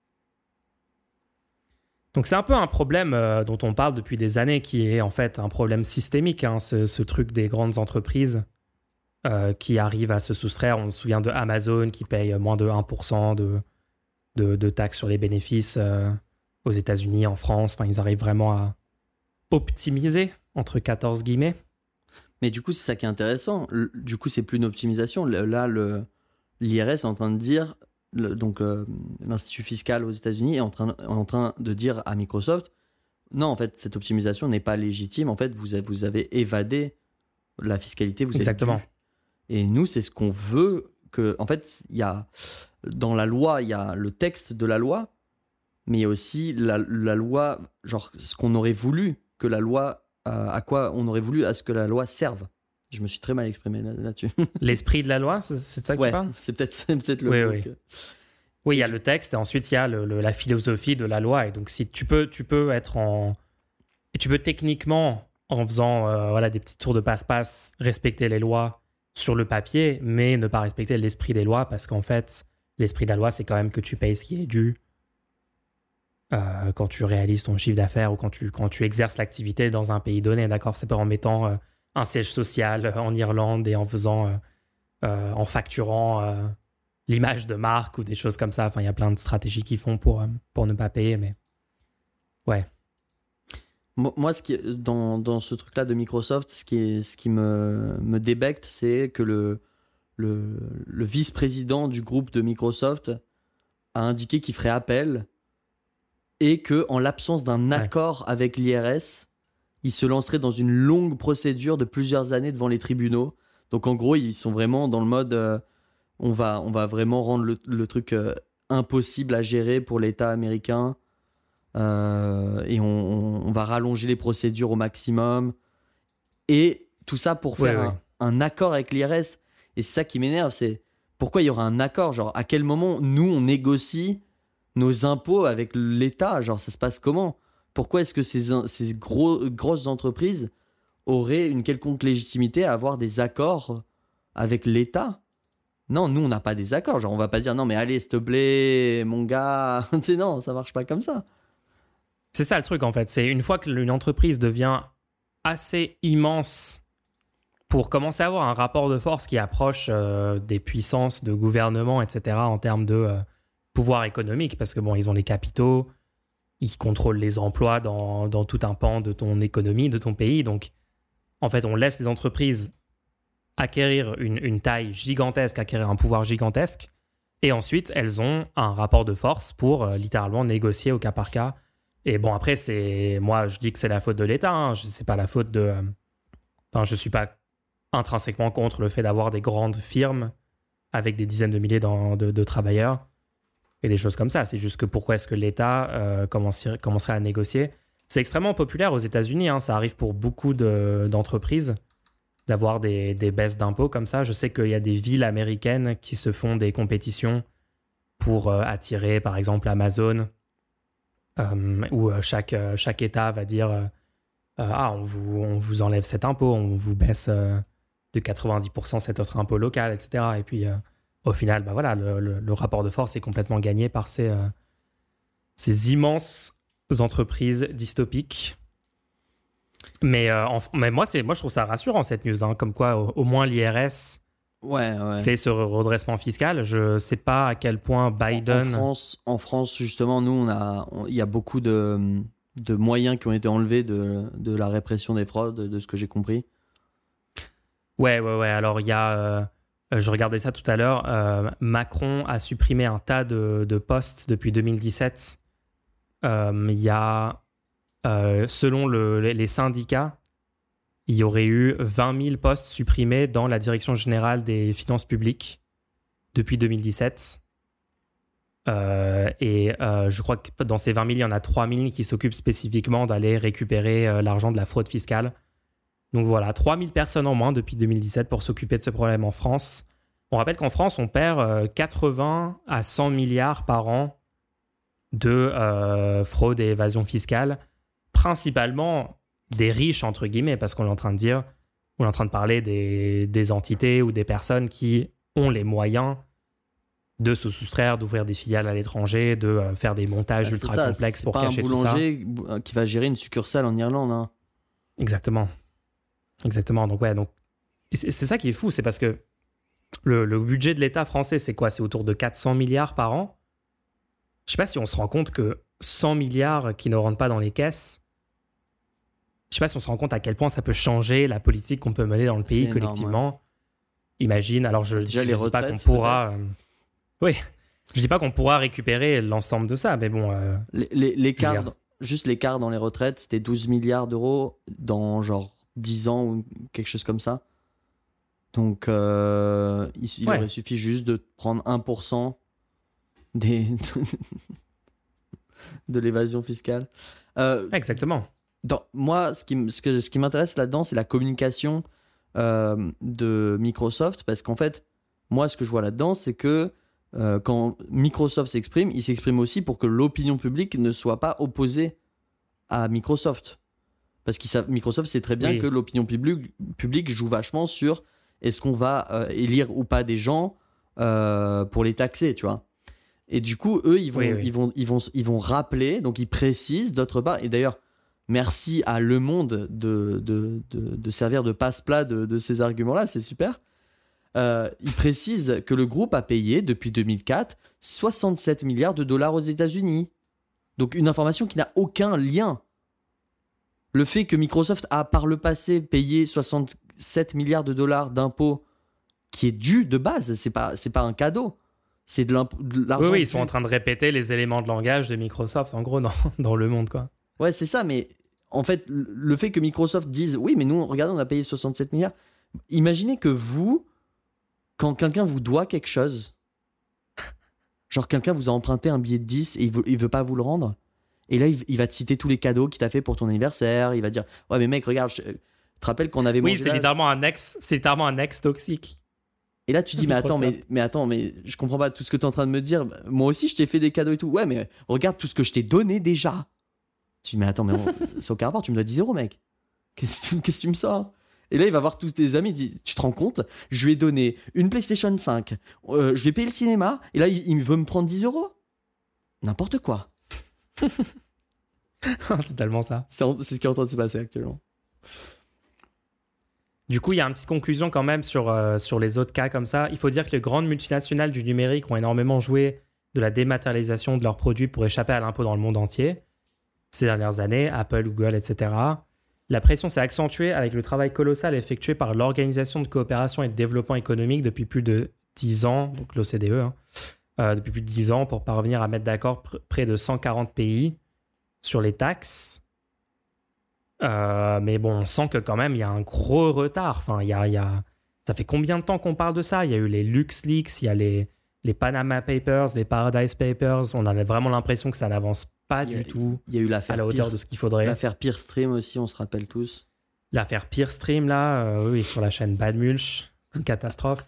Donc c'est un peu un problème dont on parle depuis des années qui est en fait un problème systémique, hein, ce truc des grandes entreprises qui arrivent à se soustraire. On se souvient de Amazon qui paye moins de 1% de taxes sur les bénéfices aux États-Unis, en France. Enfin, ils arrivent vraiment à optimiser, entre 14 guillemets. Mais du coup, c'est ça qui est intéressant. Du coup, c'est plus une optimisation. Là, l'IRS est en train de dire, l'Institut fiscal aux États-Unis est en train de dire à Microsoft, non, en fait, cette optimisation n'est pas légitime. En fait, vous avez évadé la fiscalité. Exactement. Et nous, c'est ce qu'on veut que. En fait, dans la loi, il y a le texte de la loi, mais il y a aussi la loi, genre ce qu'on aurait voulu que la loi, à quoi on aurait voulu à ce que la loi serve. Je me suis très mal exprimé là-dessus. L'esprit de la loi, c'est de ça que tu parles? C'est peut-être le Oui, mot. oui. Oui, il y a le texte et ensuite il y a la philosophie de la loi. Et donc, si tu peux être en. Et tu peux techniquement, en faisant des petits tours de passe-passe, respecter les lois sur le papier, mais ne pas respecter l'esprit des lois parce qu'en fait, l'esprit de la loi, c'est quand même que tu payes ce qui est dû quand tu réalises ton chiffre d'affaires ou quand tu exerces l'activité dans un pays donné. D'accord? C'est pas en mettant un siège social en Irlande et en facturant l'image de marque ou des choses comme ça. Enfin, il y a plein de stratégies qu'ils font pour ne pas payer, mais ouais. Moi, dans ce truc-là de Microsoft, ce qui me débecte, c'est que le vice-président du groupe de Microsoft a indiqué qu'il ferait appel et qu'en l'absence d'un accord avec l'IRS, il se lancerait dans une longue procédure de plusieurs années devant les tribunaux. Donc en gros, ils sont vraiment dans le mode on va vraiment rendre le truc impossible à gérer pour l'État américain. Et on va rallonger les procédures au maximum. Et tout ça pour faire un accord avec l'IRS. Et c'est ça qui m'énerve, c'est pourquoi il y aura un accord? Genre, à quel moment nous, on négocie nos impôts avec l'État? Genre, ça se passe comment? Pourquoi est-ce que ces grosses entreprises auraient une quelconque légitimité à avoir des accords avec l'État? Non, nous, on n'a pas des accords. Genre, on va pas dire non, mais allez, s'il te plaît, mon gars. Tu sais, non, ça marche pas comme ça. C'est ça le truc, en fait. C'est une fois qu'une entreprise devient assez immense pour commencer à avoir un rapport de force qui approche des puissances de gouvernement, etc., en termes de pouvoir économique, parce que bon, ils ont les capitaux, ils contrôlent les emplois dans tout un pan de ton économie, de ton pays. Donc, en fait, on laisse les entreprises acquérir une taille gigantesque, acquérir un pouvoir gigantesque, et ensuite, elles ont un rapport de force pour littéralement négocier au cas par cas. Et bon, après, moi, je dis que c'est la faute de l'État, hein. C'est pas la faute de... je suis pas intrinsèquement contre le fait d'avoir des grandes firmes avec des dizaines de milliers de travailleurs et des choses comme ça. C'est juste que pourquoi est-ce que l'État commencerait à négocier? C'est extrêmement populaire aux États-Unis, hein. Ça arrive pour beaucoup d'entreprises d'avoir des baisses d'impôts comme ça. Je sais qu'il y a des villes américaines qui se font des compétitions pour attirer, par exemple, Amazon, où chaque État va dire on vous enlève cet impôt, on vous baisse de 90% cet autre impôt local, etc. Et puis, au final, le rapport de force est complètement gagné par ces immenses entreprises dystopiques. Mais moi, je trouve ça rassurant, cette news, hein, comme quoi, au moins, l'IRS fait ce redressement fiscal. Je ne sais pas à quel point Biden... En France, justement, nous, il y a beaucoup de moyens qui ont été enlevés de la répression des fraudes, de ce que j'ai compris. Ouais. Alors, il y a... je regardais ça tout à l'heure. Macron a supprimé un tas de postes depuis 2017. Il y a... selon les syndicats, il y aurait eu 20 000 postes supprimés dans la Direction générale des finances publiques depuis 2017. Je crois que dans ces 20 000, il y en a 3 000 qui s'occupent spécifiquement d'aller récupérer l'argent de la fraude fiscale. Donc voilà, 3 000 personnes en moins depuis 2017 pour s'occuper de ce problème en France. On rappelle qu'en France, on perd 80 à 100 milliards par an de fraude et évasion fiscale, principalement des riches, entre guillemets, parce qu'on est en train de parler des entités ou des personnes qui ont les moyens de se soustraire, d'ouvrir des filiales à l'étranger, de faire des montages ultra complexes pour cacher tout ça. C'est pas un boulanger qui va gérer une succursale en Irlande. Hein. Exactement. Donc c'est ça qui est fou, c'est parce que le budget de l'État français, c'est quoi? C'est autour de 400 milliards par an. Je sais pas si on se rend compte que 100 milliards qui ne rentrent pas dans les caisses, je sais pas si on se rend compte à quel point ça peut changer la politique qu'on peut mener dans le pays collectivement. Ouais. Imagine, alors je dis pas qu'on pourra... oui, je dis pas qu'on pourra récupérer l'ensemble de ça, mais bon... juste l'écart dans les retraites, c'était 12 milliards d'euros dans genre 10 ans ou quelque chose comme ça. Donc, il aurait suffi juste de prendre 1% de l'évasion fiscale. Exactement. Moi, ce qui m'intéresse là-dedans, c'est la communication de Microsoft, parce qu'en fait, moi, ce que je vois là-dedans, c'est que quand Microsoft s'exprime, il s'exprime aussi pour que l'opinion publique ne soit pas opposée à Microsoft. Parce que Microsoft sait très bien que l'opinion publique joue vachement sur est-ce qu'on va élire ou pas des gens pour les taxer, tu vois. Et du coup, eux, ils vont rappeler, donc ils précisent d'autre part. Et d'ailleurs, merci à Le Monde de servir de passe-plat de ces arguments-là, c'est super. Ils précisent que le groupe a payé, depuis 2004, 67 milliards de dollars aux États-Unis. Donc une information qui n'a aucun lien. Le fait que Microsoft a par le passé payé 67 milliards de dollars d'impôts qui est dû de base, c'est pas un cadeau. C'est de l'argent. Oui, ils sont en train de répéter les éléments de langage de Microsoft, en gros, dans Le Monde, quoi. Ouais, c'est ça, mais en fait, le fait que Microsoft dise oui, mais nous, regardez, on a payé 67 milliards. Imaginez que vous, quand quelqu'un vous doit quelque chose, genre quelqu'un vous a emprunté un billet de 10 et il veut pas vous le rendre, et là, il va te citer tous les cadeaux qu'il t'a fait pour ton anniversaire, il va dire ouais, mais mec, regarde, je te rappelle qu'on avait mangé. Oui, c'est littéralement un ex toxique. Et là, tu dis, mais attends, mais je comprends pas tout ce que tu es en train de me dire. Moi aussi, je t'ai fait des cadeaux et tout. Ouais, mais regarde tout ce que je t'ai donné déjà. Tu dis, mais attends, c'est aucun rapport, tu me dois 10 euros, mec. Qu'est-ce que tu me sors? Et là, il va voir tous tes amis, il dit, tu te rends compte? Je lui ai donné une PlayStation 5, je lui ai payé le cinéma, et là, il veut me prendre 10 euros? N'importe quoi. C'est tellement ça. C'est ce qui est en train de se passer actuellement. Du coup, il y a une petite conclusion quand même sur les autres cas comme ça. Il faut dire que les grandes multinationales du numérique ont énormément joué de la dématérialisation de leurs produits pour échapper à l'impôt dans le monde entier. Ces dernières années, Apple, Google, etc. La pression s'est accentuée avec le travail colossal effectué par l'Organisation de coopération et de développement économique depuis plus de 10 ans, donc l'OCDE, depuis plus de 10 ans, pour parvenir à mettre d'accord près de 140 pays sur les taxes. Mais bon, on sent que quand même, il y a un gros retard. Enfin, ça fait combien de temps qu'on parle de ça? Il y a eu les LuxLeaks, il y a les Panama Papers, les Paradise Papers. On a vraiment l'impression que ça n'avance pas du tout il y a eu l'affaire à la hauteur de ce qu'il faudrait. L'affaire Peerstream aussi, on se rappelle tous. L'affaire Peerstream, là, oui, sur la chaîne Bad Mulch. C'est une catastrophe.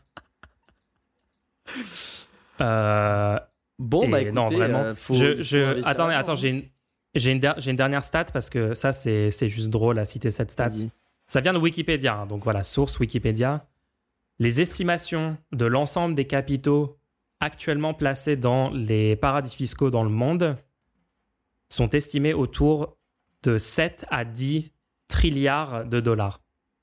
Bon, bah écoutez, non, vraiment. Attends, j'ai une dernière stat parce que ça, c'est juste drôle à citer cette stat. Vas-y. Ça vient de Wikipédia, hein, donc voilà, source Wikipédia. Les estimations de l'ensemble des capitaux actuellement placés dans les paradis fiscaux dans le monde sont estimées autour de 7 à 10 trilliards de dollars.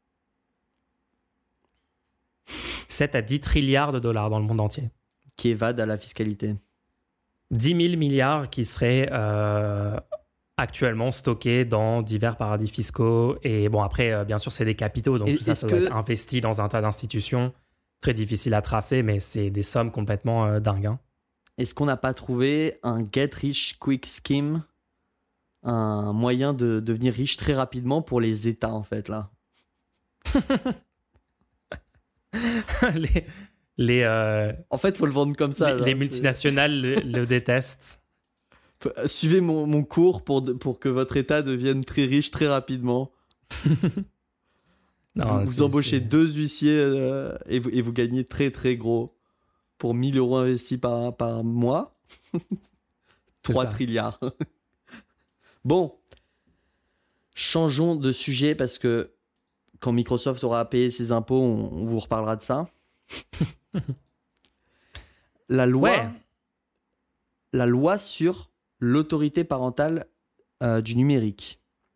7 à 10 trilliards de dollars dans le monde entier. Qui évadent à la fiscalité. 10 000 milliards qui seraient actuellement stockés dans divers paradis fiscaux. Et bon, après, bien sûr, c'est des capitaux, donc tout ça doit être investi dans un tas d'institutions. Très difficile à tracer, mais c'est des sommes complètement dingues. Hein. Est-ce qu'on n'a pas trouvé un get rich quick scheme, un moyen de devenir riche très rapidement pour les États, en fait, là? En fait, il faut le vendre comme ça. Les multinationales le détestent. Suivez mon cours pour que votre État devienne très riche très rapidement. Non, vous embauchez 2 huissiers et vous gagnez très très gros. Pour 1 000 euros investis par mois, 3 trilliards. Bon, changeons de sujet parce que quand Microsoft aura payé ses impôts, on vous reparlera de ça. La loi sur l'autorité parentale du numérique.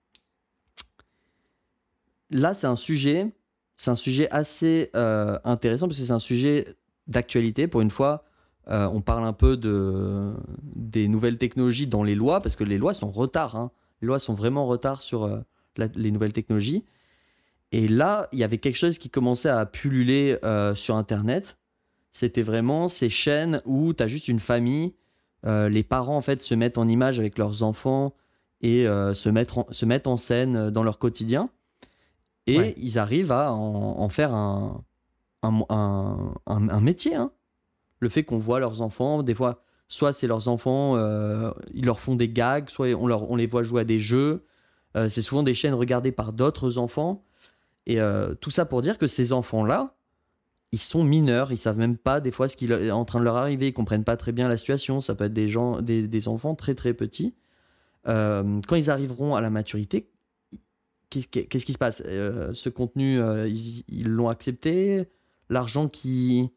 Là, c'est un sujet assez intéressant parce que c'est un sujet d'actualité. Pour une fois, on parle un peu des nouvelles technologies dans les lois parce que les lois sont en retard. Hein. Les lois sont vraiment en retard sur les nouvelles technologies. Et là, il y avait quelque chose qui commençait à pulluler sur Internet. C'était vraiment ces chaînes où tu as juste une famille. Les parents, en fait, se mettent en image avec leurs enfants et se mettent en scène dans leur quotidien. Et ils arrivent à en faire un un métier. Hein. Le fait qu'on voit leurs enfants, des fois, soit c'est leurs enfants, ils leur font des gags, soit on les voit jouer à des jeux. C'est souvent des chaînes regardées par d'autres enfants. Et tout ça pour dire que ces enfants-là, ils sont mineurs, ils savent même pas des fois ce qui est en train de leur arriver, ils comprennent pas très bien la situation. Ça peut être des enfants très très petits. Quand ils arriveront à la maturité, qu'est-ce qui se passe? Ce contenu, ils l'ont accepté. L'argent qui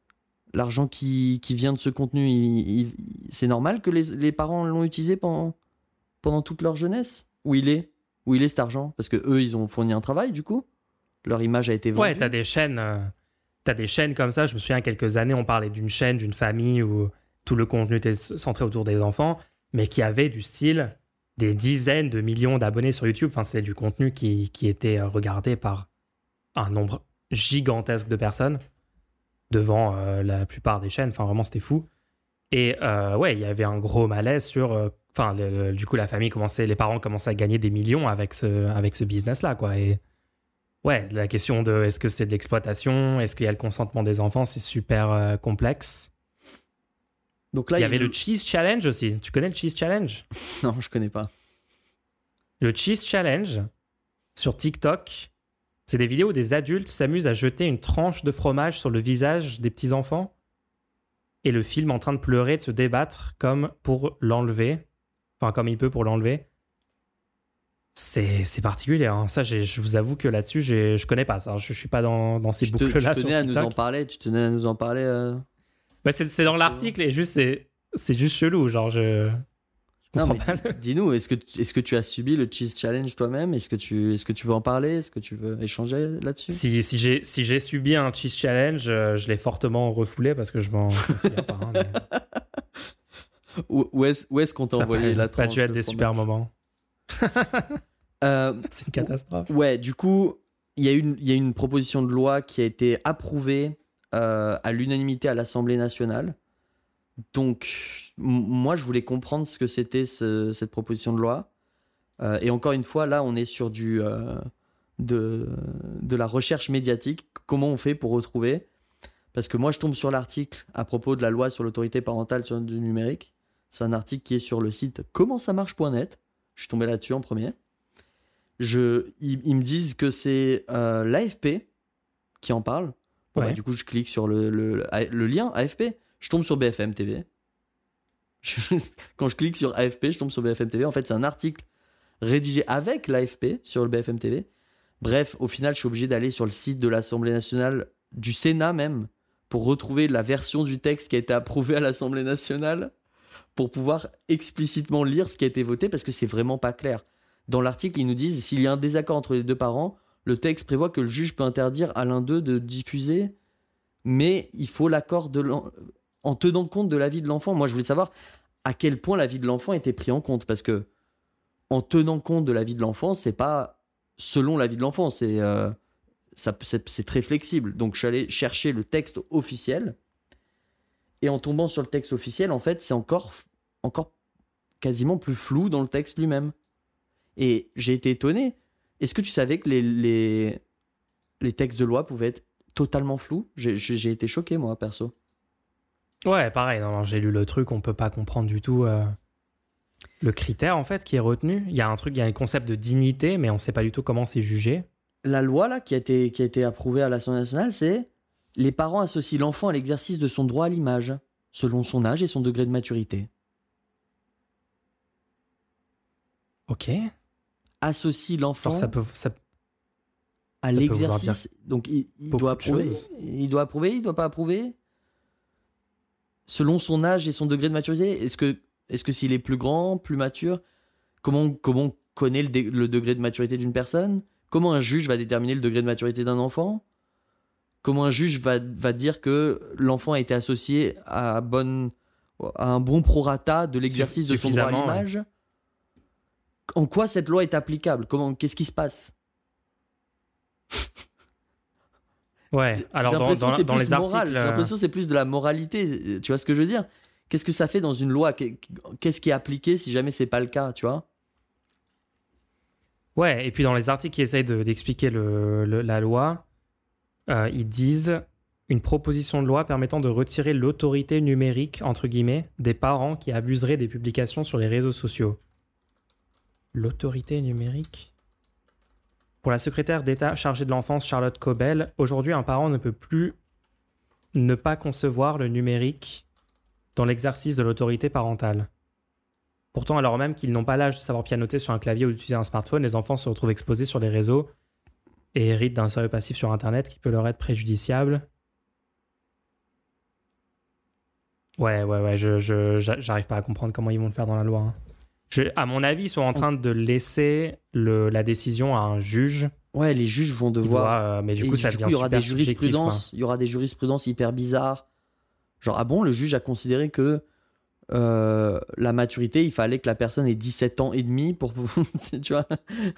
vient de ce contenu, c'est normal que les parents l'ont utilisé pendant toute leur jeunesse? Où il est cet argent? Parce que eux, ils ont fourni un travail, du coup. Leur image a été vendue. Ouais, t'as des chaînes comme ça. Je me souviens, il y a quelques années, on parlait d'une chaîne, d'une famille où tout le contenu était centré autour des enfants, mais qui avait du style des dizaines de millions d'abonnés sur YouTube. Enfin, c'était du contenu qui était regardé par un nombre gigantesque de personnes devant la plupart des chaînes. Enfin, vraiment, c'était fou. Et ouais, il y avait un gros malaise sur... du coup, les parents commençaient à gagner des millions avec ce business-là, quoi. Et ouais, la question de est-ce que c'est de l'exploitation, est-ce qu'il y a le consentement des enfants, c'est super complexe. Donc là, il y avait le Cheese Challenge aussi. Tu connais le Cheese Challenge? Non, je connais pas. Le Cheese Challenge, sur TikTok, c'est des vidéos où des adultes s'amusent à jeter une tranche de fromage sur le visage des petits-enfants et le film en train de pleurer, de se débattre comme pour l'enlever. Enfin, comme il peut pour l'enlever. C'est particulier. Hein. Ça, je vous avoue que là-dessus, je connais pas ça. Je suis pas dans ces boucles-là sur TikTok. Tu tenais à nous en parler. Bah, c'est dans l'article et juste, c'est juste chelou. Genre, je comprends pas. Dis-nous, est-ce que tu as subi le Cheese Challenge toi-même? Est-ce que tu veux en parler? Est-ce que tu veux échanger là-dessus? Si j'ai subi un Cheese Challenge, je l'ai fortement refoulé parce que je m'en souviens pas. Hein, mais... Où est-ce qu'on t'a envoyé la tranche? Ça a dû être des super moments. C'est une catastrophe. Ouais, du coup, il y a une proposition de loi qui a été approuvée à l'unanimité à l'Assemblée nationale. Donc, moi, je voulais comprendre ce que c'était cette proposition de loi. Et encore une fois, là, on est sur de la recherche médiatique. Comment on fait pour retrouver? Parce que moi, je tombe sur l'article à propos de la loi sur l'autorité parentale sur le numérique. C'est un article qui est sur le site commentsamarche.net. Je suis tombé là-dessus en premier. Ils me disent que c'est l'AFP qui en parle. Bon, ouais. Du coup, je clique sur le lien AFP. Je tombe sur BFM TV. Quand je clique sur AFP, je tombe sur BFM TV. En fait, c'est un article rédigé avec l'AFP sur le BFM TV. Bref, au final, je suis obligé d'aller sur le site de l'Assemblée nationale, du Sénat même, pour retrouver la version du texte qui a été approuvée à l'Assemblée nationale, pour pouvoir explicitement lire ce qui a été voté, parce que c'est vraiment pas clair. Dans l'article, ils nous disent, s'il y a un désaccord entre les deux parents, le texte prévoit que le juge peut interdire à l'un d'eux de diffuser, mais il faut l'accord en tenant compte de l'avis de l'enfant. Moi, je voulais savoir à quel point l'avis de l'enfant était pris en compte, parce que en tenant compte de l'avis de l'enfant, c'est pas selon l'avis de l'enfant, c'est très flexible. Donc, je suis allé chercher le texte officiel, et en tombant sur le texte officiel, en fait, c'est encore quasiment plus flou dans le texte lui-même. Et j'ai été étonné. Est-ce que tu savais que les textes de loi pouvaient être totalement flous? J'ai été choqué, moi, perso. Ouais, pareil. Non, j'ai lu le truc, on peut pas comprendre du tout le critère, en fait, qui est retenu. Il y a un concept de dignité, mais on sait pas du tout comment c'est jugé. La loi, là, qui a été approuvée à l'Assemblée nationale, c'est « Les parents associent l'enfant à l'exercice de son droit à l'image, selon son âge et son degré de maturité. » Ok. Associe l'enfant à l'exercice. Donc, il doit approuver. Il doit approuver, il doit pas approuver. Selon son âge et son degré de maturité. Est-ce que s'il est plus grand, plus mature, comment on connaît le degré de maturité d'une personne? Comment un juge va déterminer le degré de maturité d'un enfant? Comment un juge va dire que l'enfant a été associé à un bon prorata de l'exercice de son droit à l'image? Ouais. En quoi cette loi est applicable? Qu'est-ce qui se passe? Ouais, alors dans les articles... J'ai l'impression que c'est plus de la moralité, tu vois ce que je veux dire? Qu'est-ce que ça fait dans une loi? Qu'est-ce qui est appliqué si jamais c'est pas le cas, tu vois? Ouais, et puis dans les articles qui essayent d'expliquer la loi, ils disent une proposition de loi permettant de retirer l'autorité numérique, entre guillemets, des parents qui abuseraient des publications sur les réseaux sociaux. L'autorité numérique ? Pour la secrétaire d'État chargée de l'enfance Charlotte Cobel, aujourd'hui un parent ne peut plus ne pas concevoir le numérique dans l'exercice de l'autorité parentale. Pourtant, alors même qu'ils n'ont pas l'âge de savoir pianoter sur un clavier ou d'utiliser un smartphone, les enfants se retrouvent exposés sur les réseaux et héritent d'un sérieux passif sur Internet qui peut leur être préjudiciable. Ouais, j'arrive pas à comprendre comment ils vont le faire dans la loi. À mon avis, ils sont en train de laisser la décision à un juge. Ouais, les juges vont devoir. Mais du coup, ça devient il y aura super des jurisprudences. Il y aura des jurisprudences hyper bizarres. Genre, ah bon, le juge a considéré que la maturité, il fallait que la personne ait 17 ans et demi pour. Tu vois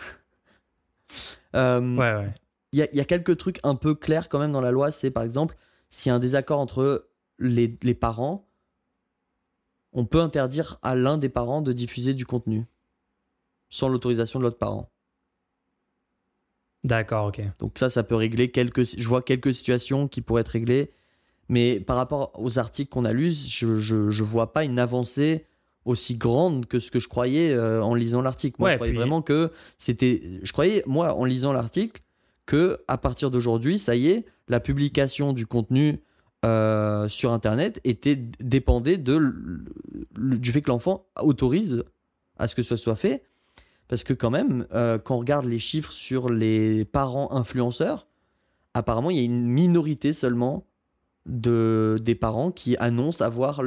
ouais. Il y a quelques trucs un peu clairs quand même dans la loi. C'est par exemple, s'il y a un désaccord entre les parents, on peut interdire à l'un des parents de diffuser du contenu sans l'autorisation de l'autre parent. D'accord, ok. Donc ça peut régler je vois quelques situations qui pourraient être réglées, mais par rapport aux articles qu'on a lus, je vois pas une avancée aussi grande que ce que je croyais en lisant l'article. Moi, je croyais vraiment que c'était... Je croyais, moi, en lisant l'article, que à partir d'aujourd'hui, ça y est, la publication du contenu sur Internet dépendait du fait que l'enfant autorise à ce que ce soit fait. Parce que quand même, quand on regarde les chiffres sur les parents influenceurs, apparemment, il y a une minorité seulement des parents qui annoncent avoir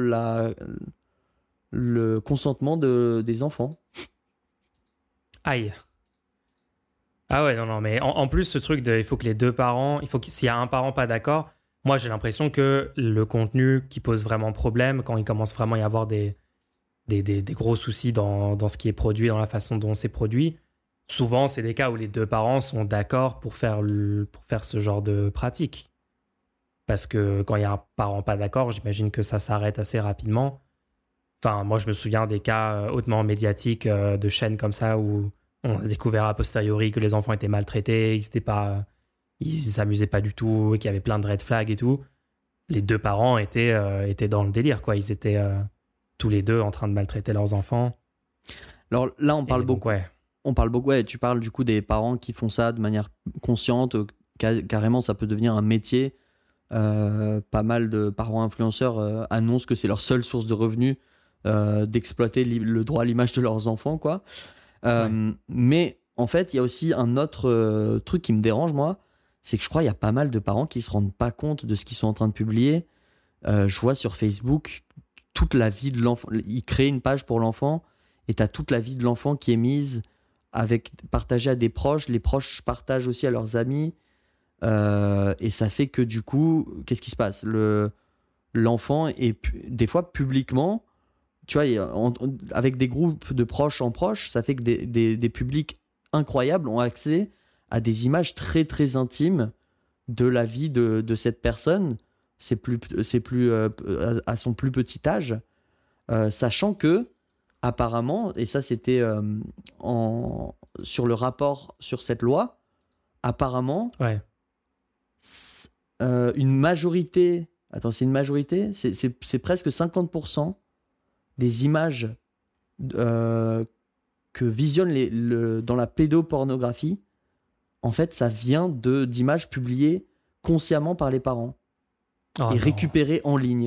le consentement des enfants. Aïe. Ah ouais, non, mais en plus, ce truc il faut que les deux parents, s'il y a un parent pas d'accord, moi j'ai l'impression que le contenu qui pose vraiment problème, quand il commence vraiment à y avoir des gros soucis dans ce qui est produit, dans la façon dont c'est produit, souvent c'est des cas où les deux parents sont d'accord pour faire ce genre de pratique. Parce que quand il y a un parent pas d'accord, j'imagine que ça s'arrête assez rapidement. Enfin, moi je me souviens des cas hautement médiatiques de chaînes comme ça où on a découvert a posteriori que les enfants étaient maltraités, ils s'amusaient pas du tout, qu'il y avait plein de red flags et tout. Les deux parents étaient dans le délire, quoi. Ils étaient tous les deux en train de maltraiter leurs enfants. Alors là, on parle beaucoup. Ouais. On parle beaucoup. Ouais, tu parles du coup des parents qui font ça de manière consciente. Carrément, ça peut devenir un métier. Pas mal de parents influenceurs annoncent que c'est leur seule source de revenus d'exploiter le droit à l'image de leurs enfants, quoi. Mais en fait, il y a aussi un autre truc qui me dérange, moi, c'est que je crois qu'il y a pas mal de parents qui se rendent pas compte de ce qu'ils sont en train de publier. Je vois sur Facebook toute la vie de l'enfant. Ils créent une page pour l'enfant et t'as toute la vie de l'enfant qui est mise partagée à des proches. Les proches partagent aussi à leurs amis. Et ça fait que du coup, qu'est-ce qui se passe ? L'enfant est des fois publiquement, tu vois, avec des groupes de proches en proches, ça fait que des publics incroyables ont accès à des images très très intimes de la vie de cette personne. C'est plus à son plus petit âge, sachant que apparemment, et ça c'était sur le rapport sur cette loi, apparemment. Ouais. Une majorité, c'est une majorité, c'est presque 50% des images que visionnent dans la pédopornographie, en fait, ça vient d'images publiées consciemment par les parents et récupérées en ligne.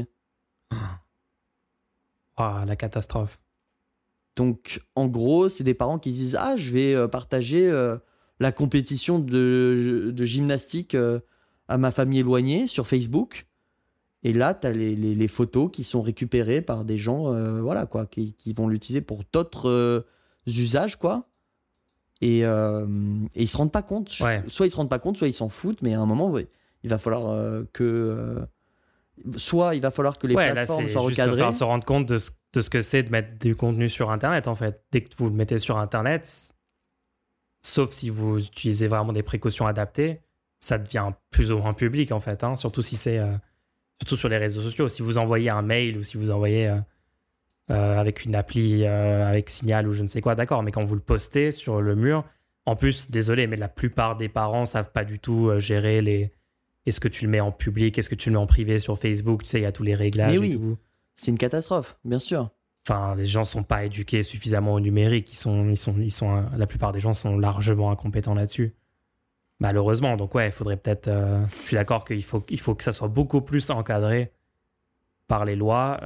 La catastrophe. Donc, en gros, c'est des parents qui se disent « Ah, je vais partager la compétition de gymnastique à ma famille éloignée sur Facebook. » Et là, tu as les photos qui sont récupérées par des gens qui vont l'utiliser pour d'autres usages, quoi. Et ils se rendent pas compte. Ouais. Soit ils se rendent pas compte, soit ils s'en foutent, mais à un moment, il va falloir soit il va falloir que les plateformes soient recadrées. Il va falloir se rendre compte de ce que c'est de mettre du contenu sur Internet, en fait. Dès que vous le mettez sur Internet, sauf si vous utilisez vraiment des précautions adaptées, ça devient plus ou moins public, en fait. Surtout si c'est... surtout sur les réseaux sociaux. Si vous envoyez un mail ou si vous envoyez avec une appli, avec Signal ou je ne sais quoi, d'accord. Mais quand vous le postez sur le mur, en plus, désolé, mais la plupart des parents ne savent pas du tout gérer est-ce que tu le mets en public, est-ce que tu le mets en privé sur Facebook, tu sais, il y a tous les réglages Mais oui, et tout. c'est une catastrophe, bien sûr. Enfin, les gens sont pas éduqués suffisamment au numérique. La plupart des gens sont largement incompétents là-dessus. Malheureusement. Donc ouais, il faudrait peut-être. Je suis d'accord qu'il faut que ça soit beaucoup plus encadré par les lois.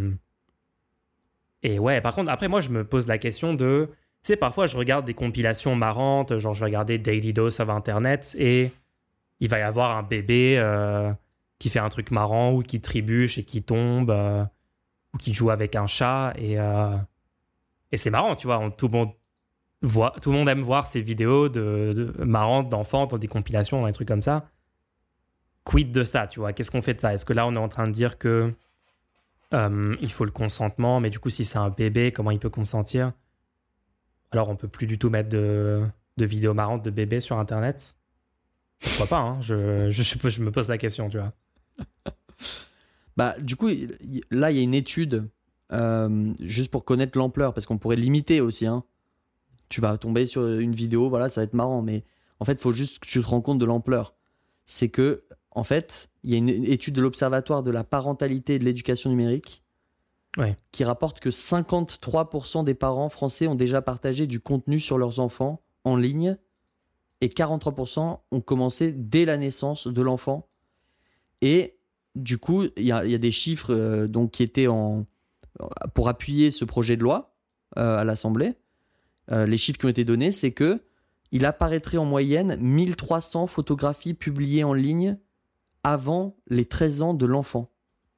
Et ouais, par contre, après moi, je me pose la question de. Tu sais, parfois, je regarde des compilations marrantes, genre je vais regarder Daily Dose of Internet et il va y avoir un bébé qui fait un truc marrant ou qui trébuche et qui tombe. Ou qui joue avec un chat et c'est marrant, tu vois, tout le monde aime voir ces vidéos marrantes d'enfants dans des compilations, dans des trucs comme ça. Quid de ça, tu vois, qu'est-ce qu'on fait de ça? Est-ce que là on est en train de dire que il faut le consentement, mais du coup si c'est un bébé, comment il peut consentir? Alors on peut plus du tout mettre de vidéos marrantes de bébés sur internet? Pourquoi pas, hein? Je me pose la question, tu vois. Bah, du coup, là, il y a une étude, juste pour connaître l'ampleur, parce qu'on pourrait limiter aussi. Hein. Tu vas tomber sur une vidéo, voilà, ça va être marrant, mais en fait, il faut juste que tu te rends compte de l'ampleur. C'est que, en fait, il y a une étude de l'Observatoire de la parentalité et de l'éducation numérique qui rapporte que 53% des parents français ont déjà partagé du contenu sur leurs enfants en ligne et 43% ont commencé dès la naissance de l'enfant. Et du coup, il y a des chiffres donc, qui étaient pour appuyer ce projet de loi à l'Assemblée. Les chiffres qui ont été donnés, c'est que il apparaîtrait en moyenne 1300 photographies publiées en ligne avant les 13 ans de l'enfant.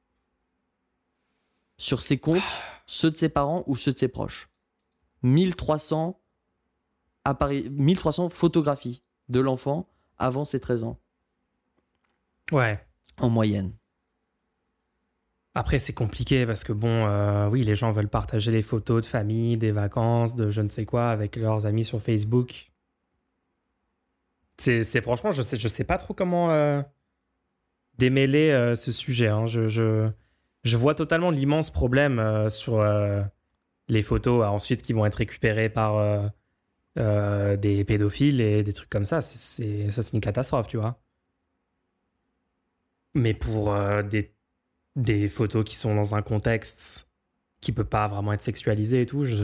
Sur ses comptes, ceux de ses parents ou ceux de ses proches. 1300 photographies de l'enfant avant ses 13 ans. Ouais. En moyenne. Après, c'est compliqué parce que oui, les gens veulent partager les photos de famille, des vacances, de je ne sais quoi avec leurs amis sur Facebook. C'est franchement, je sais pas trop comment démêler ce sujet. Hein. Je vois totalement l'immense problème sur les photos ensuite qui vont être récupérées par des pédophiles et des trucs comme ça. C'est une catastrophe, tu vois. Mais pour des photos qui sont dans un contexte qui peut pas vraiment être sexualisé et tout,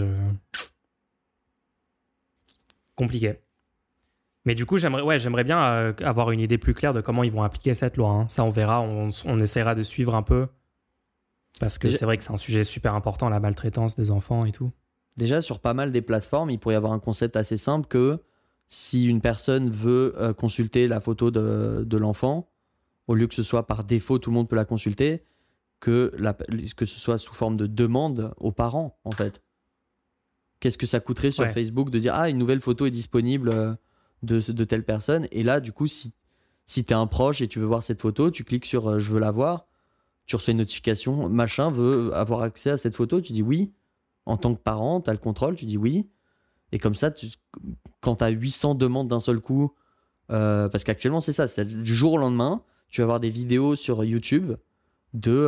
compliqué. Mais du coup, j'aimerais bien avoir une idée plus claire de comment ils vont appliquer cette loi. Hein. Ça, on verra, on essaiera de suivre un peu. Parce que c'est vrai que c'est un sujet super important, la maltraitance des enfants et tout. Déjà, sur pas mal des plateformes, il pourrait y avoir un concept assez simple que si une personne veut consulter la photo de l'enfant, au lieu que ce soit par défaut, tout le monde peut la consulter, que ce soit sous forme de demande aux parents, en fait. Qu'est-ce que ça coûterait sur Facebook de dire « Ah, une nouvelle photo est disponible de telle personne ?» Et là, du coup, si t'es un proche et tu veux voir cette photo, tu cliques sur « Je veux la voir », tu reçois une notification, machin veut avoir accès à cette photo, tu dis oui. En tant que parent, t'as le contrôle, tu dis oui. Et comme ça, quand t'as 800 demandes d'un seul coup, parce qu'actuellement c'est ça, c'est du jour au lendemain, tu vas avoir des vidéos sur YouTube de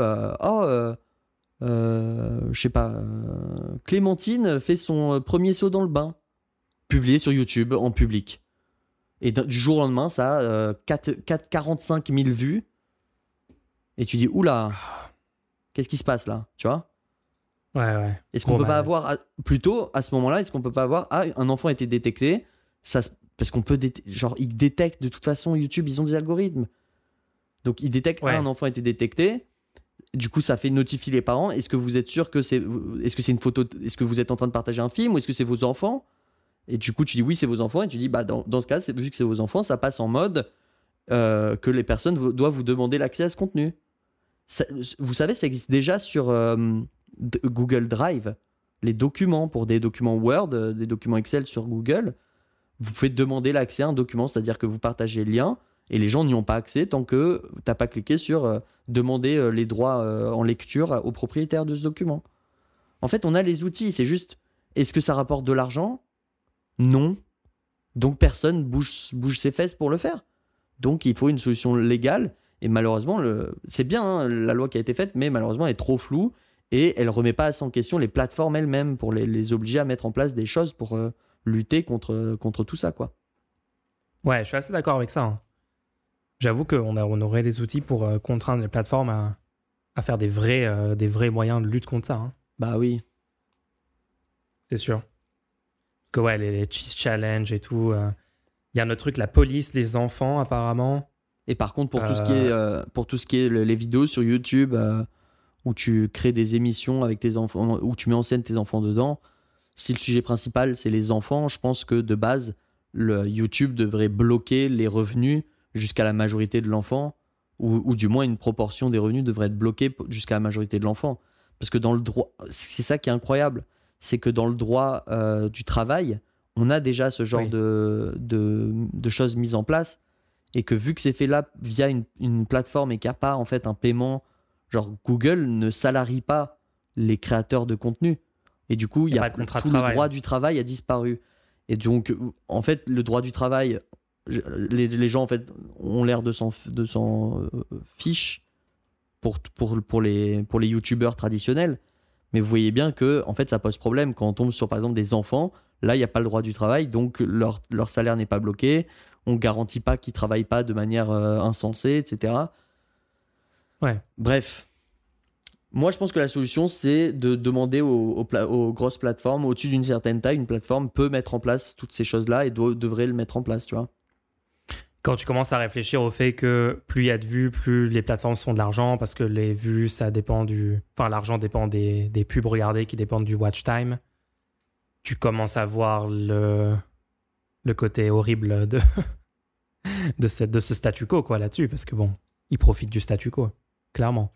je sais pas, Clémentine fait son premier saut dans le bain, publié sur YouTube en public. Et du jour au lendemain, ça a 45 000 vues. Et tu dis, oula, qu'est-ce qui se passe là, tu vois? Ouais. Est-ce qu'on peut pas avoir, plutôt à ce moment-là, est-ce qu'on peut pas avoir, un enfant a été détecté, parce qu'on peut, genre, ils détectent, de toute façon, YouTube, ils ont des algorithmes. Donc, ils détectent, un enfant a été détecté, du coup, ça fait notifier les parents. Est-ce que vous êtes sûr que est-ce que c'est une photo, est-ce que vous êtes en train de partager un film ou est-ce que c'est vos enfants? Et du coup, tu dis oui, c'est vos enfants, et tu dis, bah, dans ce cas, vu que c'est vos enfants, ça passe en mode que les personnes doivent vous demander l'accès à ce contenu. Vous savez, ça existe déjà sur Google Drive, les documents, pour des documents Word, des documents Excel sur Google, vous pouvez demander l'accès à un document, c'est-à-dire que vous partagez le lien et les gens n'y ont pas accès tant que tu n'as pas cliqué sur demander les droits en lecture au propriétaire de ce document. En fait, on a les outils, c'est juste, est-ce que ça rapporte de l'argent? Non. Donc personne bouge ses fesses pour le faire. Donc il faut une solution légale. Et malheureusement, c'est bien hein, la loi qui a été faite, mais malheureusement, elle est trop floue et elle ne remet pas assez en question les plateformes elles-mêmes pour les obliger à mettre en place des choses pour lutter contre tout ça, quoi. Ouais, je suis assez d'accord avec ça. Hein. J'avoue on aurait les outils pour contraindre les plateformes à faire des vrais moyens de lutte contre ça. Hein. Bah oui. C'est sûr. Parce que ouais, les cheese challenge et tout. Il y a un autre truc, la police des enfants apparemment. Et par contre, pour tout ce qui est les vidéos sur YouTube où tu crées des émissions avec tes enfants, où tu mets en scène tes enfants dedans, si le sujet principal c'est les enfants, je pense que de base, le YouTube devrait bloquer les revenus jusqu'à la majorité de l'enfant, ou du moins une proportion des revenus devrait être bloquée jusqu'à la majorité de l'enfant. Parce que dans le droit, c'est ça qui est incroyable, c'est que dans le droit du travail, on a déjà ce genre Oui. de choses mises en place, et que vu que c'est fait là via une plateforme et qu'il n'y a pas en fait un paiement, genre Google ne salarie pas les créateurs de contenu, et du coup il y a pas de contrat de tout travail. le droit du travail a disparu, et donc en fait le droit du travail, les gens en fait ont l'air de s'en fiche pour les youtubeurs traditionnels, mais vous voyez bien que en fait ça pose problème quand on tombe sur par exemple des enfants. Là il n'y a pas le droit du travail, donc leur salaire n'est pas bloqué, on garantit pas qu'ils travaillent pas de manière insensée, etc. Ouais. Bref, moi je pense que la solution c'est de demander aux grosses plateformes au-dessus d'une certaine taille, une plateforme peut mettre en place toutes ces choses-là et devrait le mettre en place, tu vois. Quand tu commences à réfléchir au fait que plus il y a de vues, plus les plateformes font de l'argent, parce que les vues, ça dépend Enfin, l'argent dépend des pubs regardées qui dépendent du watch time. Tu commences à voir le côté horrible de ce statu quo, quoi, là-dessus, parce que bon, ils profitent du statu quo, clairement.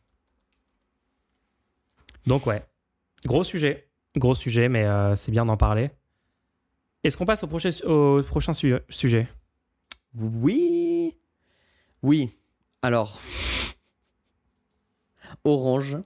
Donc ouais, gros sujet, mais c'est bien d'en parler. Est-ce qu'on passe au prochain sujet? Oui. Alors, Orange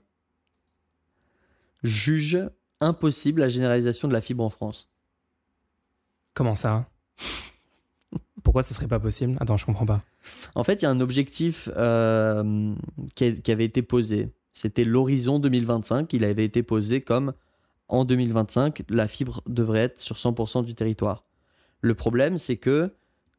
juge impossible la généralisation de la fibre en France. Comment ça? Pourquoi ce serait pas possible? Attends, je comprends pas. En fait, il y a un objectif qui avait été posé. C'était l'horizon 2025. Il avait été posé comme en 2025, la fibre devrait être sur 100% du territoire. Le problème, c'est que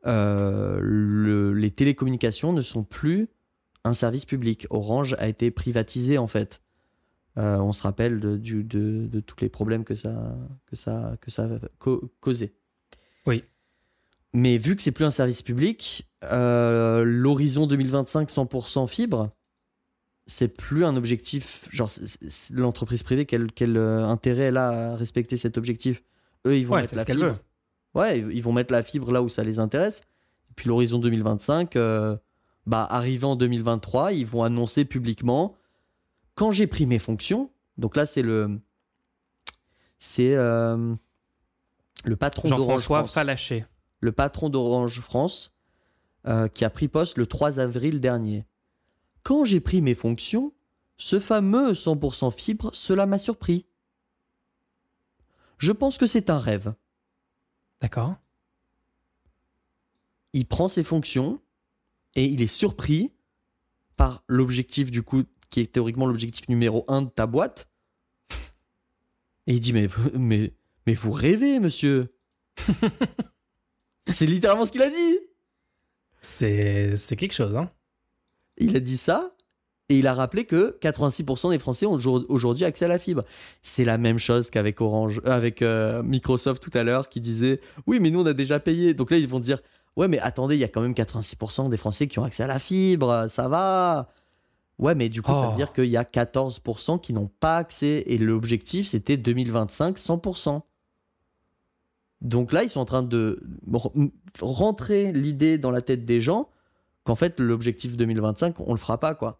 les télécommunications ne sont plus un service public. Orange a été privatisé en fait. On se rappelle de tous les problèmes que ça a causé. Oui. Mais vu que c'est plus un service public, l'horizon 2025 100% fibre, c'est plus un objectif. Genre, c'est l'entreprise privée, quel intérêt elle a à respecter cet objectif? Eux, ils vont mettre la fibre. Ouais, ils vont mettre la fibre là où ça les intéresse. Et puis l'horizon 2025, arrivé en 2023, ils vont annoncer publiquement, quand j'ai pris mes fonctions. Donc là, c'est le patron d'Orange France. Fallacher. Le patron d'Orange France qui a pris poste le 3 avril dernier. Quand j'ai pris mes fonctions, ce fameux 100% fibre, cela m'a surpris. Je pense que c'est un rêve. D'accord. Il prend ses fonctions et il est surpris par l'objectif du coup, qui est théoriquement l'objectif numéro 1 de ta boîte. Et il dit mais vous rêvez, monsieur. C'est littéralement ce qu'il a dit. C'est quelque chose, hein. Il a dit ça et il a rappelé que 86% des Français ont aujourd'hui accès à la fibre. C'est la même chose qu'avec avec Microsoft tout à l'heure qui disait oui mais nous on a déjà payé. Donc là ils vont dire ouais mais attendez, il y a quand même 86% des Français qui ont accès à la fibre, ça va. Ouais mais du coup ça veut dire qu'il y a 14% qui n'ont pas accès et l'objectif c'était 2025 100%. Donc là ils sont en train de rentrer l'idée dans la tête des gens qu'en fait l'objectif 2025 on le fera pas quoi.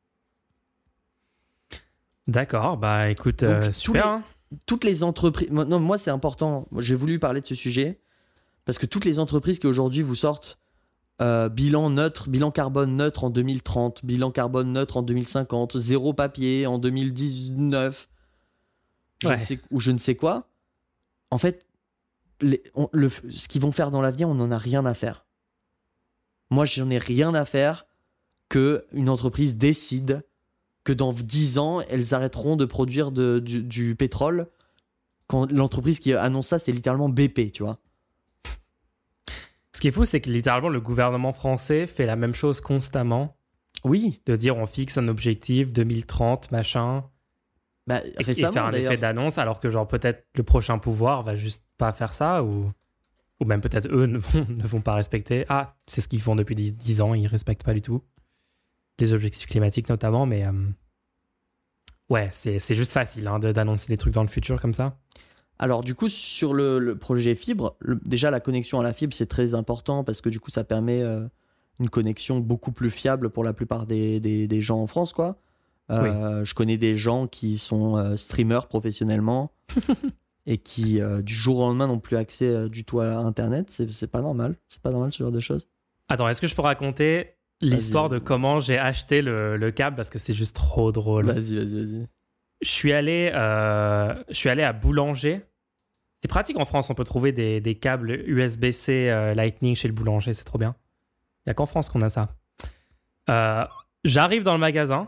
D'accord, bah écoute, super. Toutes les entreprises... Non, moi c'est important, j'ai voulu parler de ce sujet parce que toutes les entreprises qui aujourd'hui vous sortent bilan carbone neutre en 2030, bilan carbone neutre en 2050, zéro papier en 2019, je ne sais quoi, en fait, ce qu'ils vont faire dans l'avenir, on n'en a rien à faire. Moi, j'en ai rien à faire qu'une entreprise décide que dans 10 ans, elles arrêteront de produire du pétrole. Quand l'entreprise qui annonce ça, c'est littéralement BP, tu vois. Ce qui est fou, c'est que littéralement, le gouvernement français fait la même chose constamment. Oui. De dire on fixe un objectif 2030, machin. Bah, Et récemment, faire un d'ailleurs. effet d'annonce, alors que genre peut-être le prochain pouvoir va juste pas faire ça, ou même peut-être eux ne vont pas respecter. Ah, c'est ce qu'ils font depuis 10 ans, ils respectent pas du tout. Les objectifs climatiques notamment, mais ouais, c'est juste facile hein, d'annoncer des trucs dans le futur comme ça. Alors, du coup, sur le projet fibre, déjà, la connexion à la fibre, c'est très important parce que du coup, ça permet une connexion beaucoup plus fiable pour la plupart des gens en France, quoi. Je connais des gens qui sont streamers professionnellement et qui, du jour au lendemain, n'ont plus accès du tout à Internet. C'est pas normal. C'est pas normal, ce genre de choses. Attends, est-ce que je peux raconter l'histoire de comment j'ai acheté le câble parce que c'est juste trop drôle. Vas-y. Je suis allé à Boulanger. C'est pratique en France, on peut trouver des câbles USB-C Lightning chez le boulanger, c'est trop bien. Il n'y a qu'en France qu'on a ça. J'arrive dans le magasin,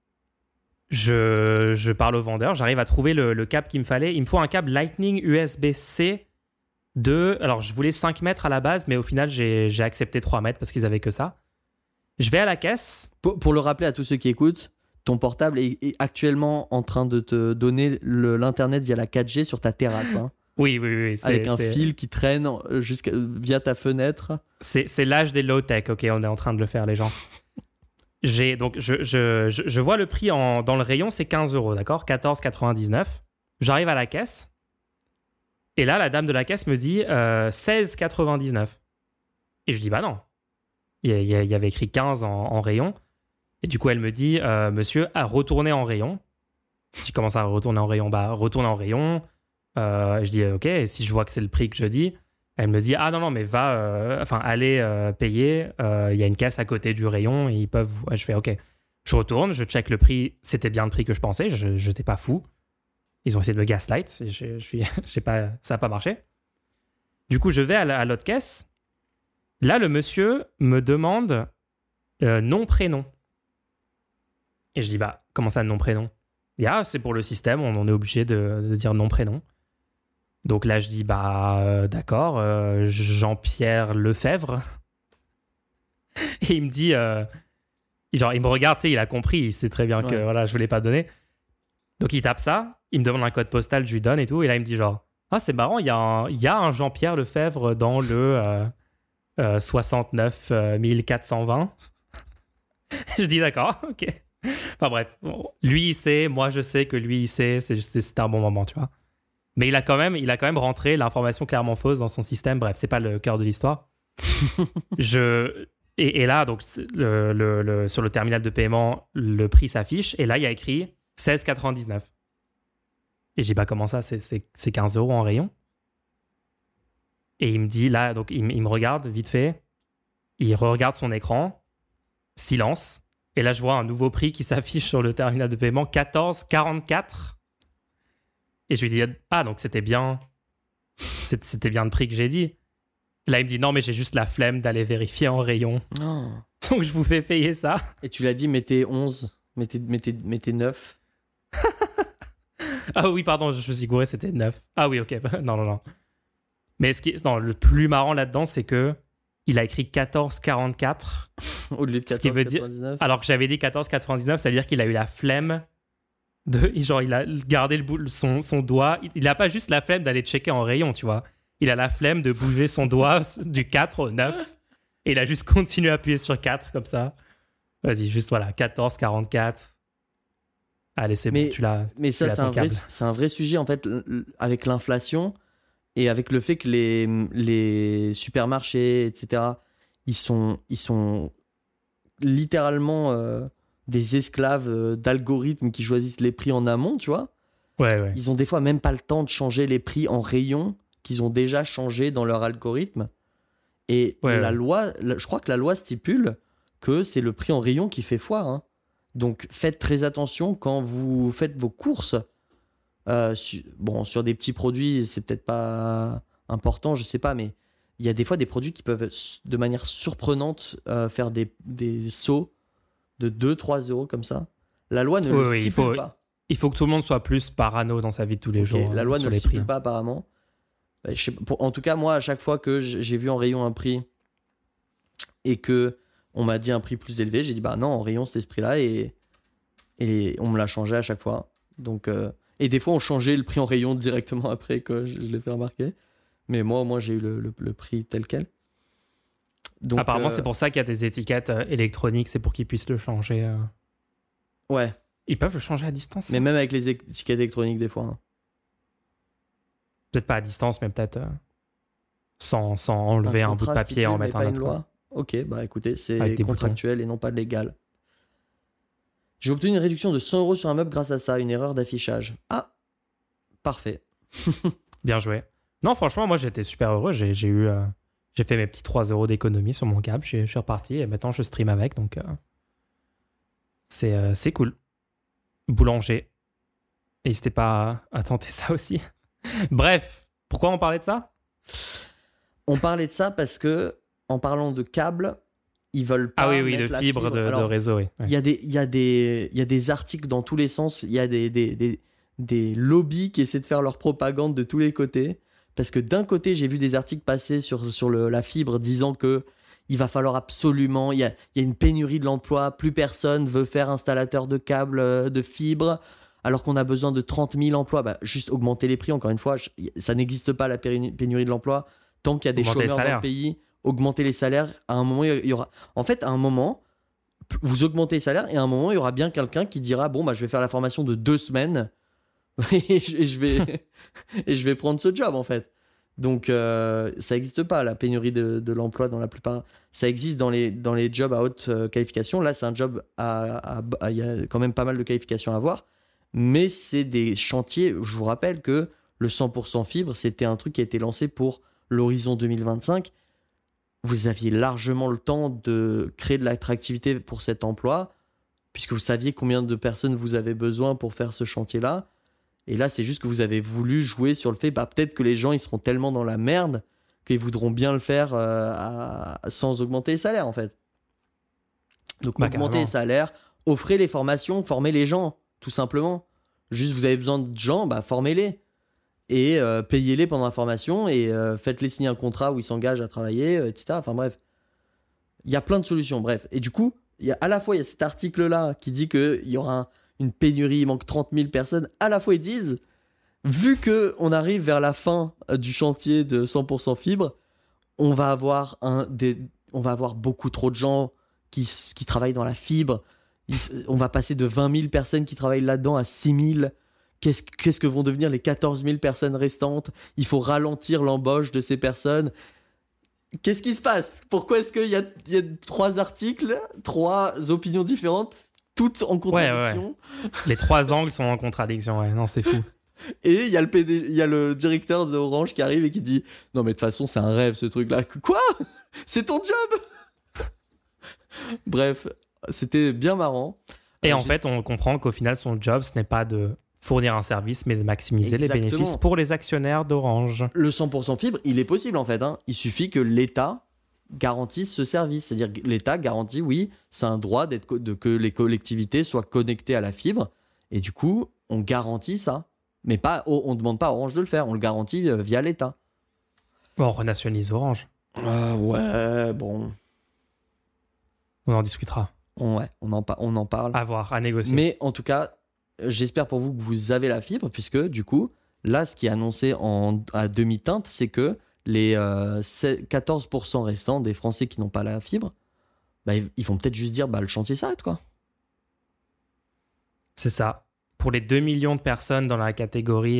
je parle au vendeur, j'arrive à trouver le câble qu'il me fallait. Il me faut un câble Lightning USB-C alors je voulais 5 mètres à la base, mais au final j'ai accepté 3 mètres parce qu'ils avaient que ça. Je vais à la caisse. Pour le rappeler à tous ceux qui écoutent, ton portable est actuellement en train de te donner l'internet via la 4G sur ta terrasse. Hein. Oui. Avec un fil qui traîne via ta fenêtre. C'est l'âge des low-tech, ok, on est en train de le faire, les gens. Donc, je vois le prix dans le rayon, c'est 15 €, d'accord, 14,99 €. J'arrive à la caisse, et là, la dame de la caisse me dit 16,99 €. Et je dis, bah non. Il y avait écrit 15 en rayon. Et du coup, elle me dit, monsieur, à retourner en rayon. Je commence à retourner en rayon. Bah, retourner en rayon. Je dis, ok, et si je vois que c'est le prix que je dis, elle me dit, ah non, mais allez payer. Il y a une caisse à côté du rayon et ils peuvent. Je fais, ok. Je retourne, je check le prix. C'était bien le prix que je pensais. Je n'étais pas fou. Ils ont essayé de me gaslight. Ça n'a pas marché. Du coup, je vais à l'autre caisse. Là, le monsieur me demande nom-prénom. Et je dis, bah, comment ça, nom-prénom? Il dit, ah, c'est pour le système, on est obligé de dire nom-prénom. Donc là, je dis, bah, d'accord, Jean-Pierre Lefebvre. Et il me dit, genre, il me regarde, tu sais, il a compris, il sait très bien que voilà, je ne voulais pas donner. Donc il tape ça, il me demande un code postal, je lui donne et tout. Et là, il me dit, genre, ah, c'est marrant, il y a un Jean-Pierre Lefebvre dans le 69 420. Je dis, d'accord, ok. Enfin bref, lui il sait, moi je sais que lui il sait, c'était un bon moment, tu vois. Mais il a quand même rentré l'information clairement fausse dans son système. Bref, c'est pas le cœur de l'histoire. Et là, donc, sur le terminal de paiement, le prix s'affiche. Et là, il y a écrit 16,99. Et je dis, bah, comment ça, c'est 15 € en rayon? Et il me dit, là, donc, il me regarde vite fait. Il regarde son écran. Silence. Et là, je vois un nouveau prix qui s'affiche sur le terminal de paiement, 14,44. Et je lui dis, ah, donc c'était bien le prix que j'ai dit. Là, il me dit, non, mais j'ai juste la flemme d'aller vérifier en rayon. Oh. Donc, je vous fais payer ça. Et tu l'as dit, mettez 11, mettez 9. Ah oui, pardon, je me suis gouré, c'était 9. Ah oui, ok. Non. Mais le plus marrant là-dedans, c'est que il a écrit 14,44 au lieu de 14,99. Alors que j'avais dit 14,99, ça veut dire qu'il a eu la flemme genre il a gardé son doigt. Il n'a pas juste la flemme d'aller checker en rayon, tu vois. Il a la flemme de bouger son doigt du 4 au 9. Et il a juste continué à appuyer sur 4 comme ça. Vas-y, juste voilà, 14,44. Allez, c'est bon, tu l'as. Mais ça, c'est un vrai sujet, en fait, avec l'inflation et avec le fait que les supermarchés, etc., ils sont littéralement des esclaves d'algorithmes qui choisissent les prix en amont, tu vois. Ouais. Ils ont des fois même pas le temps de changer les prix en rayon qu'ils ont déjà changé dans leur algorithme. Et loi, je crois que la loi stipule que c'est le prix en rayon qui fait foi. Hein. Donc faites très attention quand vous faites vos courses. Sur des petits produits, c'est peut-être pas important, je sais pas, mais il y a des fois des produits qui peuvent, de manière surprenante, faire des sauts de 2-3 € comme ça. La loi ne le stipule pas. Il faut que tout le monde soit plus parano dans sa vie de tous les jours. La loi ne le stipule pas apparemment. En tout cas, moi, à chaque fois que j'ai vu en rayon un prix et que on m'a dit un prix plus élevé, j'ai dit bah non, en rayon c'est ce prix-là et on me l'a changé à chaque fois. Donc et des fois on changeait le prix en rayon directement après que je l'ai fait remarquer. Mais moi au moins j'ai eu le prix tel quel. Donc, apparemment c'est pour ça qu'il y a des étiquettes électroniques, c'est pour qu'ils puissent le changer. Ouais. Ils peuvent le changer à distance. Mais même avec les étiquettes électroniques des fois. Hein. Peut-être pas à distance, mais peut-être sans enlever un bout de papier et en mettre un autre. Loi. Ok, bah écoutez, c'est contractuel et non pas légal. J'ai obtenu une réduction de 100 € sur un meuble grâce à ça, une erreur d'affichage. Ah, parfait. Bien joué. Non, franchement, moi j'étais super heureux. J'ai fait mes petits 3 € d'économie sur mon câble. Je suis reparti et maintenant je stream avec. Donc c'est cool. Boulanger. N'hésitez pas à tenter ça aussi. Bref, pourquoi on parlait de ça ? On parlait de ça parce que, en parlant de câbles, ils veulent pas. Ah oui, de fibre, de réseau, oui. Il y a des articles dans tous les sens. Il y a des lobbies qui essaient de faire leur propagande de tous les côtés. Parce que d'un côté, j'ai vu des articles passer sur la fibre disant que il va falloir absolument. Il y a une pénurie de l'emploi. Plus personne veut faire installateur de câbles de fibre. Alors qu'on a besoin de 30 000 emplois. Bah, juste augmenter les prix, encore une fois. Ça n'existe pas, la pénurie de l'emploi. Tant qu'il y a des chômeurs dans le pays, augmenter les salaires. À un moment, il y aura. En fait, à un moment, vous augmentez les salaires et à un moment, il y aura bien quelqu'un qui dira bon, bah, je vais faire la formation de 2 semaines et je vais prendre ce job, en fait. Donc, ça n'existe pas, la pénurie de l'emploi dans la plupart. Ça existe dans les jobs à haute qualification. Là, c'est un job il y a quand même pas mal de qualifications à avoir. Mais c'est des chantiers. Je vous rappelle que le 100% fibre, c'était un truc qui a été lancé pour l'horizon 2025. Vous aviez largement le temps de créer de l'attractivité pour cet emploi, puisque vous saviez combien de personnes vous avez besoin pour faire ce chantier-là. Et là, c'est juste que vous avez voulu jouer sur le fait, bah, peut-être que les gens ils seront tellement dans la merde qu'ils voudront bien le faire sans augmenter les salaires, en fait. Donc, augmenter les salaires, offrez les formations, formez les gens, tout simplement. Juste, vous avez besoin de gens, bah, formez-les. Et payez-les pendant la formation et faites-les signer un contrat où ils s'engagent à travailler, etc. Enfin bref, il y a plein de solutions, bref. Et du coup, à la fois, il y a cet article-là qui dit qu'il y aura une pénurie, il manque 30 000 personnes. À la fois, ils disent, vu qu'on arrive vers la fin du chantier de 100% fibre, on va avoir beaucoup trop de gens qui travaillent dans la fibre. On va passer de 20 000 personnes qui travaillent là-dedans à 6 000. Qu'est-ce que vont devenir les 14 000 personnes restantes ? Il faut ralentir l'embauche de ces personnes. Qu'est-ce qui se passe ? Pourquoi est-ce qu'il y a 3 articles, 3 opinions différentes, toutes en contradiction ? Ouais. Les 3 angles sont en contradiction, ouais. Non, c'est fou. Et il y a le directeur d'Orange qui arrive et qui dit « Non mais de toute façon, c'est un rêve ce truc-là. » Quoi ? C'est ton job ? Bref, c'était bien marrant. Et en fait, on comprend qu'au final, son job, ce n'est pas de fournir un service, mais de maximiser les bénéfices pour les actionnaires d'Orange. Le 100% fibre, il est possible en fait. Hein. Il suffit que l'État garantisse ce service. C'est-à-dire que l'État garantit, oui, c'est un droit que les collectivités soient connectées à la fibre. Et du coup, on garantit ça. Mais on ne demande pas à Orange de le faire. On le garantit via l'État. On renationalise Orange. Ouais, bon. On en discutera. Ouais, on en parle. À voir, à négocier. Mais en tout cas, j'espère pour vous que vous avez la fibre, puisque du coup, là, ce qui est annoncé à demi-teinte, c'est que les 14% restants des Français qui n'ont pas la fibre, bah, ils vont peut-être juste dire, bah, le chantier s'arrête, quoi. C'est ça. Pour les 2 millions de personnes dans la catégorie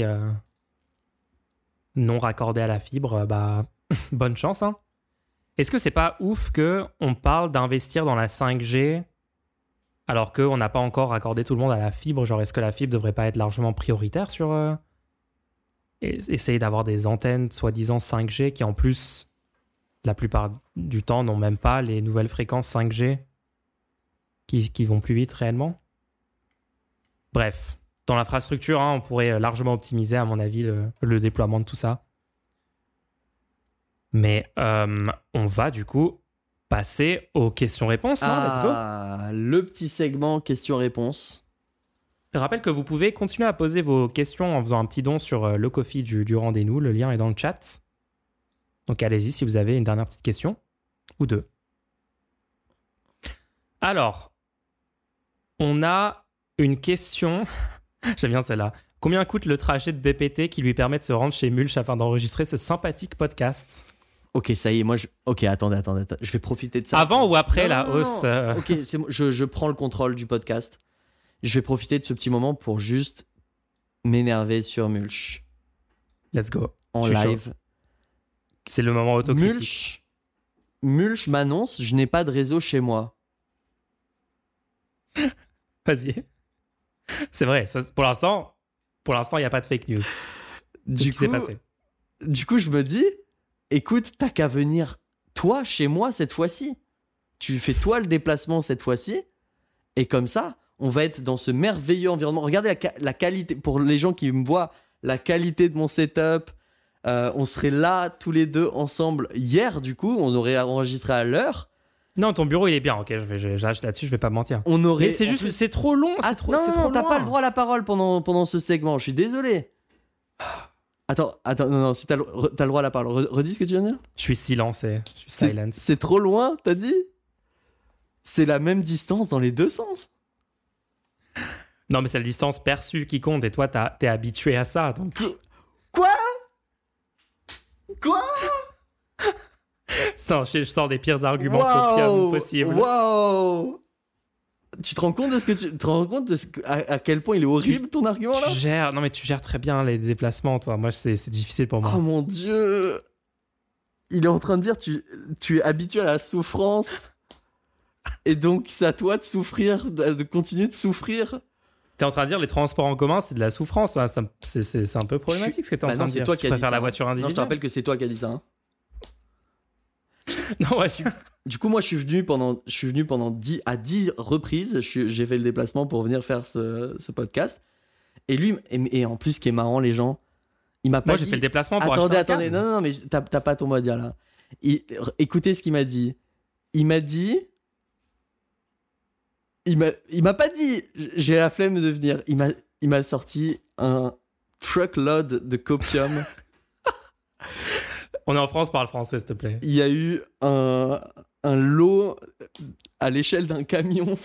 non raccordées à la fibre, bah, bonne chance, hein. Est-ce que c'est pas ouf qu'on parle d'investir dans la 5G alors qu'on n'a pas encore raccordé tout le monde à la fibre? Genre, est-ce que la fibre devrait pas être largement prioritaire sur essayer d'avoir des antennes soi-disant 5G qui, en plus, la plupart du temps, n'ont même pas les nouvelles fréquences 5G qui vont plus vite réellement? Bref, dans l'infrastructure, hein, on pourrait largement optimiser, à mon avis, le déploiement de tout ça. Mais on va du coup passer aux questions-réponses, non ? Let's go. Le petit segment questions-réponses. Je rappelle que vous pouvez continuer à poser vos questions en faisant un petit don sur le Ko-fi du Rendez-nous. Le lien est dans le chat. Donc allez-y si vous avez une dernière petite question ou 2. Alors, on a une question. J'aime bien celle-là. Combien coûte le trajet de BPT qui lui permet de se rendre chez Mulch afin d'enregistrer ce sympathique podcast? Ok, ça y est, moi, ok, attendez. Je vais profiter de ça. Avant ou après la Non. hausse Ok, c'est bon, je prends le contrôle du podcast. Je vais profiter de ce petit moment pour juste m'énerver sur Mulch. Let's go. En Je suis live. chaud. C'est le moment autocritique. Mulch m'annonce, je n'ai pas de réseau chez moi. Vas-y. C'est vrai. Ça, pour l'instant, il n'y a pas de fake news. C'est ce qui s'est passé. Du coup, je me dis, écoute, t'as qu'à venir, toi, chez moi, cette fois-ci. Tu fais, toi, le déplacement cette fois-ci. Et comme ça, on va être dans ce merveilleux environnement. Regardez la qualité, pour les gens qui me voient, la qualité de mon setup. On serait là, tous les deux, ensemble. Hier, du coup, on aurait enregistré à l'heure. Non, ton bureau, il est bien. Ok, là-dessus, je vais pas mentir. On aurait... Mais c'est juste, plus... c'est trop long. Ah, trop non, t'as loin. pas le droit à la parole pendant ce segment. Je suis désolé. Attends, non, si t'as le droit à la parole, redis ce que tu viens de dire. Je suis silencé. Je suis silence. C'est trop loin, t'as dit? C'est la même distance dans les deux sens. Non, mais c'est la distance perçue qui compte. Et toi, t'es habitué à ça. Donc... Quoi? Non, je sors des pires arguments possibles. Waouh! Tu te rends compte à quel point il est horrible ton argument là? Tu gères très bien les déplacements, toi. Moi, c'est difficile pour moi. Oh mon Dieu! Il est en train de dire tu es habitué à la souffrance et donc c'est à toi de souffrir, de continuer de souffrir. T'es en train de dire les transports en commun, c'est de la souffrance. Hein. C'est un peu problématique ce que t'es en train de dire. Toi qui tu préfères la voiture individuelle. Non, je te rappelle que c'est toi qui as dit ça. Hein. Non, ouais. Du coup, moi, je suis venu pendant 10 reprises. J'ai fait le déplacement pour venir faire ce podcast. Et lui, et en plus, ce qui est marrant, les gens, il m'a pas moi, dit... j'ai fait le déplacement pour attendez, acheter un câble. non, mais t'as pas ton mot à dire là. Écoutez ce qu'il m'a dit. Il m'a dit... Il m'a pas dit j'ai la flemme de venir. Il m'a sorti un truckload de copium. On est en France, parle français, s'il te plaît. Il y a eu un lot à l'échelle d'un camion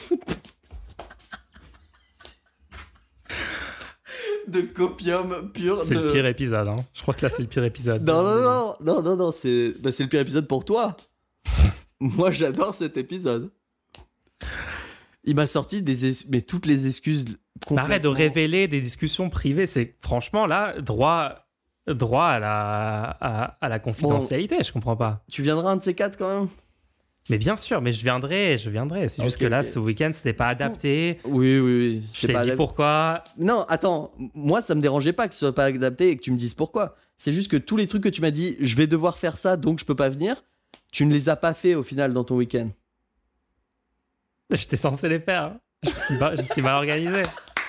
de copium pur. C'est le pire épisode, hein. Je crois que là, c'est le pire épisode. Non, c'est le pire épisode pour toi. Moi, j'adore cet épisode. Il m'a sorti mais toutes les excuses. Arrête de révéler des discussions privées. C'est franchement là droit à la confidentialité. Je comprends pas. Tu viendras un de ces quatre quand même. Mais bien sûr, mais je viendrai. C'est juste que là, ce week-end, c'était pas adapté. Oui. Je t'ai dit pourquoi. Non, attends. Moi, ça me dérangeait pas que ce soit pas adapté et que tu me dises pourquoi. C'est juste que tous les trucs que tu m'as dit, je vais devoir faire ça, donc je peux pas venir. Tu ne les as pas fait au final dans ton week-end. J'étais censé les faire. Je suis mal organisé.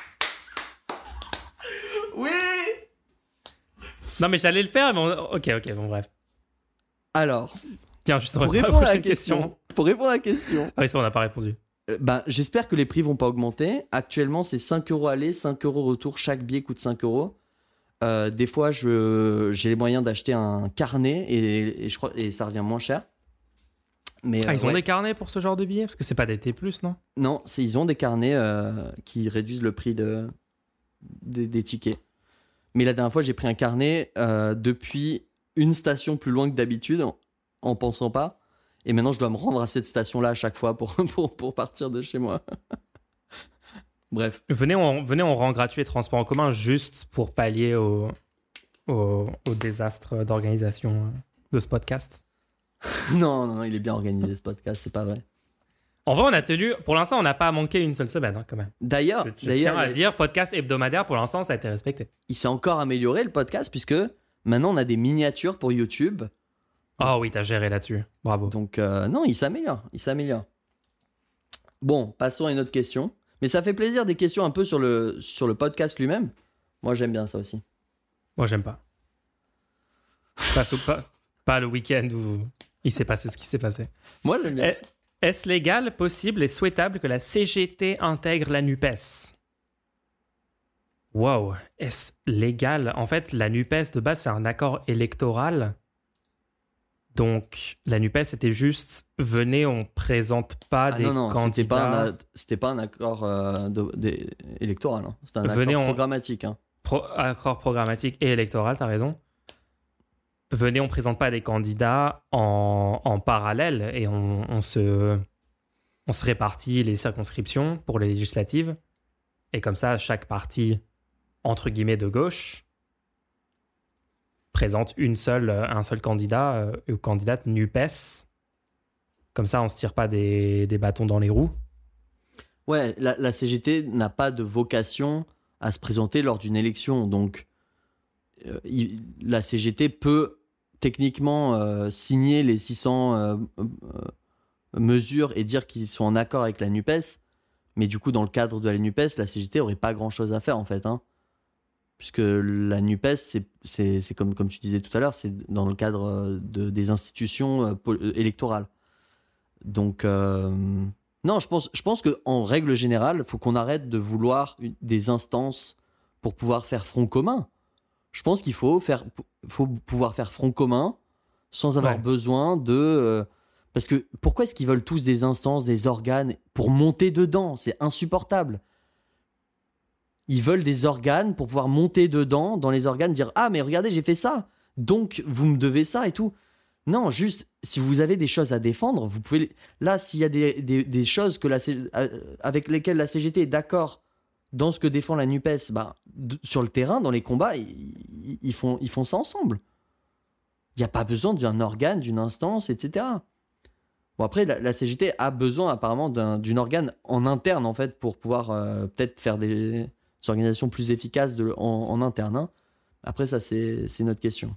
Oui. Non, mais j'allais le faire, mais ok, bon, bref. Alors, bien, je pour répondre à la question. Ah oui, ça, on n'a pas répondu. J'espère que les prix vont pas augmenter. Actuellement, c'est 5 € aller, 5 € retour. Chaque billet coûte 5 €. Des fois, j'ai les moyens d'acheter un carnet et je crois et ça revient moins cher. Mais, ils ont des carnets pour ce genre de billets? Parce que c'est pas des T+, non? Non, ils ont des carnets qui réduisent le prix des tickets. Mais la dernière fois, j'ai pris un carnet depuis une station plus loin que d'habitude, en pensant pas. Et maintenant, je dois me rendre à cette station-là à chaque fois pour partir de chez moi. Bref. Venez, on rend gratuit les transports en commun juste pour pallier au désastre d'organisation de ce podcast. Non, il est bien organisé ce podcast, c'est pas vrai. En vrai, on a tenu. Pour l'instant, on n'a pas manqué une seule semaine, hein, quand même. D'ailleurs, je tiens à dire, podcast hebdomadaire, pour l'instant, ça a été respecté. Il s'est encore amélioré le podcast, puisque maintenant, on a des miniatures pour YouTube. Oh oui, t'as géré là-dessus. Bravo. Donc, non, il s'améliore. Bon, passons à une autre question. Mais ça fait plaisir, des questions un peu sur le podcast lui-même. Moi, j'aime bien ça aussi. Moi, j'aime pas. Pas le week-end où il s'est passé ce qui s'est passé. Moi, j'aime bien. Est-ce légal, possible et souhaitable que la CGT intègre la NUPES? Wow, est-ce légal? En fait, la NUPES, de base, c'est un accord électoral Donc, la NUPES était juste, venez, on présente pas des candidats. C'était pas un accord électoral. Hein. C'était un accord programmatique. Hein. Accord programmatique et électoral, t'as raison. Venez, on présente pas des candidats en parallèle et on se répartit les circonscriptions pour les législatives. Et comme ça, chaque parti, entre guillemets, de gauche présente un seul candidat ou candidate NUPES. Comme ça, on ne se tire pas des bâtons dans les roues. Ouais, la CGT n'a pas de vocation à se présenter lors d'une élection. Donc, la CGT peut techniquement signer les 600 mesures et dire qu'ils sont en accord avec la NUPES. Mais du coup, dans le cadre de la NUPES, la CGT n'aurait pas grand-chose à faire, en fait. Hein. Puisque la NUPES, c'est comme tu disais tout à l'heure, c'est dans le cadre des institutions électorales. Donc, non, je pense qu'en règle générale, il faut qu'on arrête de vouloir des instances pour pouvoir faire front commun. Je pense qu'il faut pouvoir faire front commun sans avoir besoin de... parce que pourquoi est-ce qu'ils veulent tous des instances, des organes pour monter dedans ? C'est insupportable. Ils veulent des organes pour pouvoir monter dedans, dans les organes, dire « Ah, mais regardez, j'ai fait ça, donc vous me devez ça et tout. » Non, juste, si vous avez des choses à défendre, vous pouvez... Là, s'il y a des choses avec lesquelles la CGT est d'accord dans ce que défend la NUPES, sur le terrain, dans les combats, ils font ça ensemble. Il n'y a pas besoin d'un organe, d'une instance, etc. Bon, après, la CGT a besoin apparemment d'un organe en interne, en fait, pour pouvoir peut-être faire des organisations plus efficaces en interne. Hein. Après, ça, c'est notre question.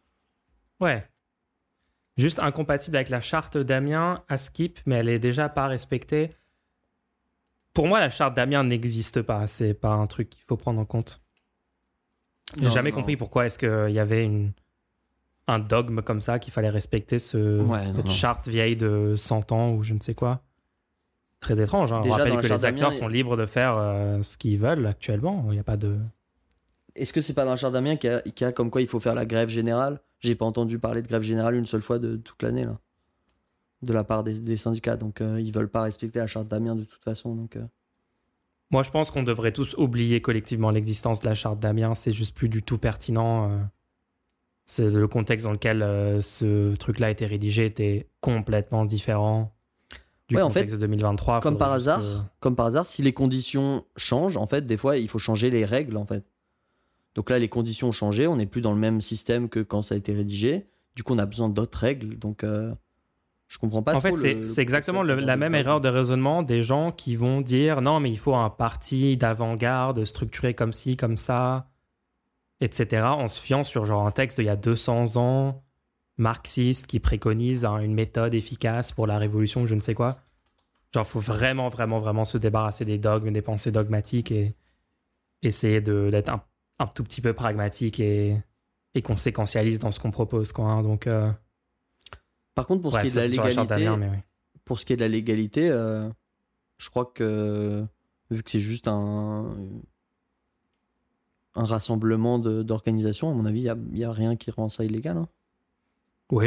Ouais. Juste incompatible avec la charte d'Amiens à Skip, mais elle est déjà pas respectée. Pour moi, la charte d'Amiens n'existe pas. C'est pas un truc qu'il faut prendre en compte. J'ai jamais compris pourquoi est-ce qu'il y avait un dogme comme ça qu'il fallait respecter cette charte vieille de 100 ans ou je ne sais quoi. Très étrange. Hein. On rappelle que les acteurs sont libres de faire ce qu'ils veulent actuellement. Il n'y a pas de... Est-ce que c'est pas dans la charte d'Amiens qu'il y a comme quoi il faut faire la grève générale ? J'ai pas entendu parler de grève générale une seule fois de toute l'année là, de la part des syndicats. Donc ils veulent pas respecter la charte d'Amiens de toute façon. Donc moi je pense qu'on devrait tous oublier collectivement l'existence de la charte d'Amiens. C'est juste plus du tout pertinent. C'est le contexte dans lequel ce truc-là a été rédigé était complètement différent du contexte de 2023. Comme par hasard, si les conditions changent, en fait, des fois, il faut changer les règles, en fait. Donc là, les conditions ont changé, on n'est plus dans le même système que quand ça a été rédigé. Du coup, on a besoin d'autres règles. Donc, je comprends pas. En fait, c'est exactement la même erreur de raisonnement des gens qui vont dire non, mais il faut un parti d'avant-garde structuré comme ci, comme ça, etc. En se fiant sur genre un texte d'il y a 200 ans, marxiste, qui préconise une méthode efficace pour la révolution, je ne sais quoi. Genre, il faut vraiment, vraiment, vraiment se débarrasser des dogmes, des pensées dogmatiques et essayer d'être un tout petit peu pragmatique et conséquentialiste dans ce qu'on propose, quoi. Hein. Donc, par contre, pour ce qui est de la légalité, pour ce qui est de la légalité, je crois que vu que c'est juste un rassemblement d'organisations, à mon avis, il y a rien qui rend ça illégal. Hein. Oui.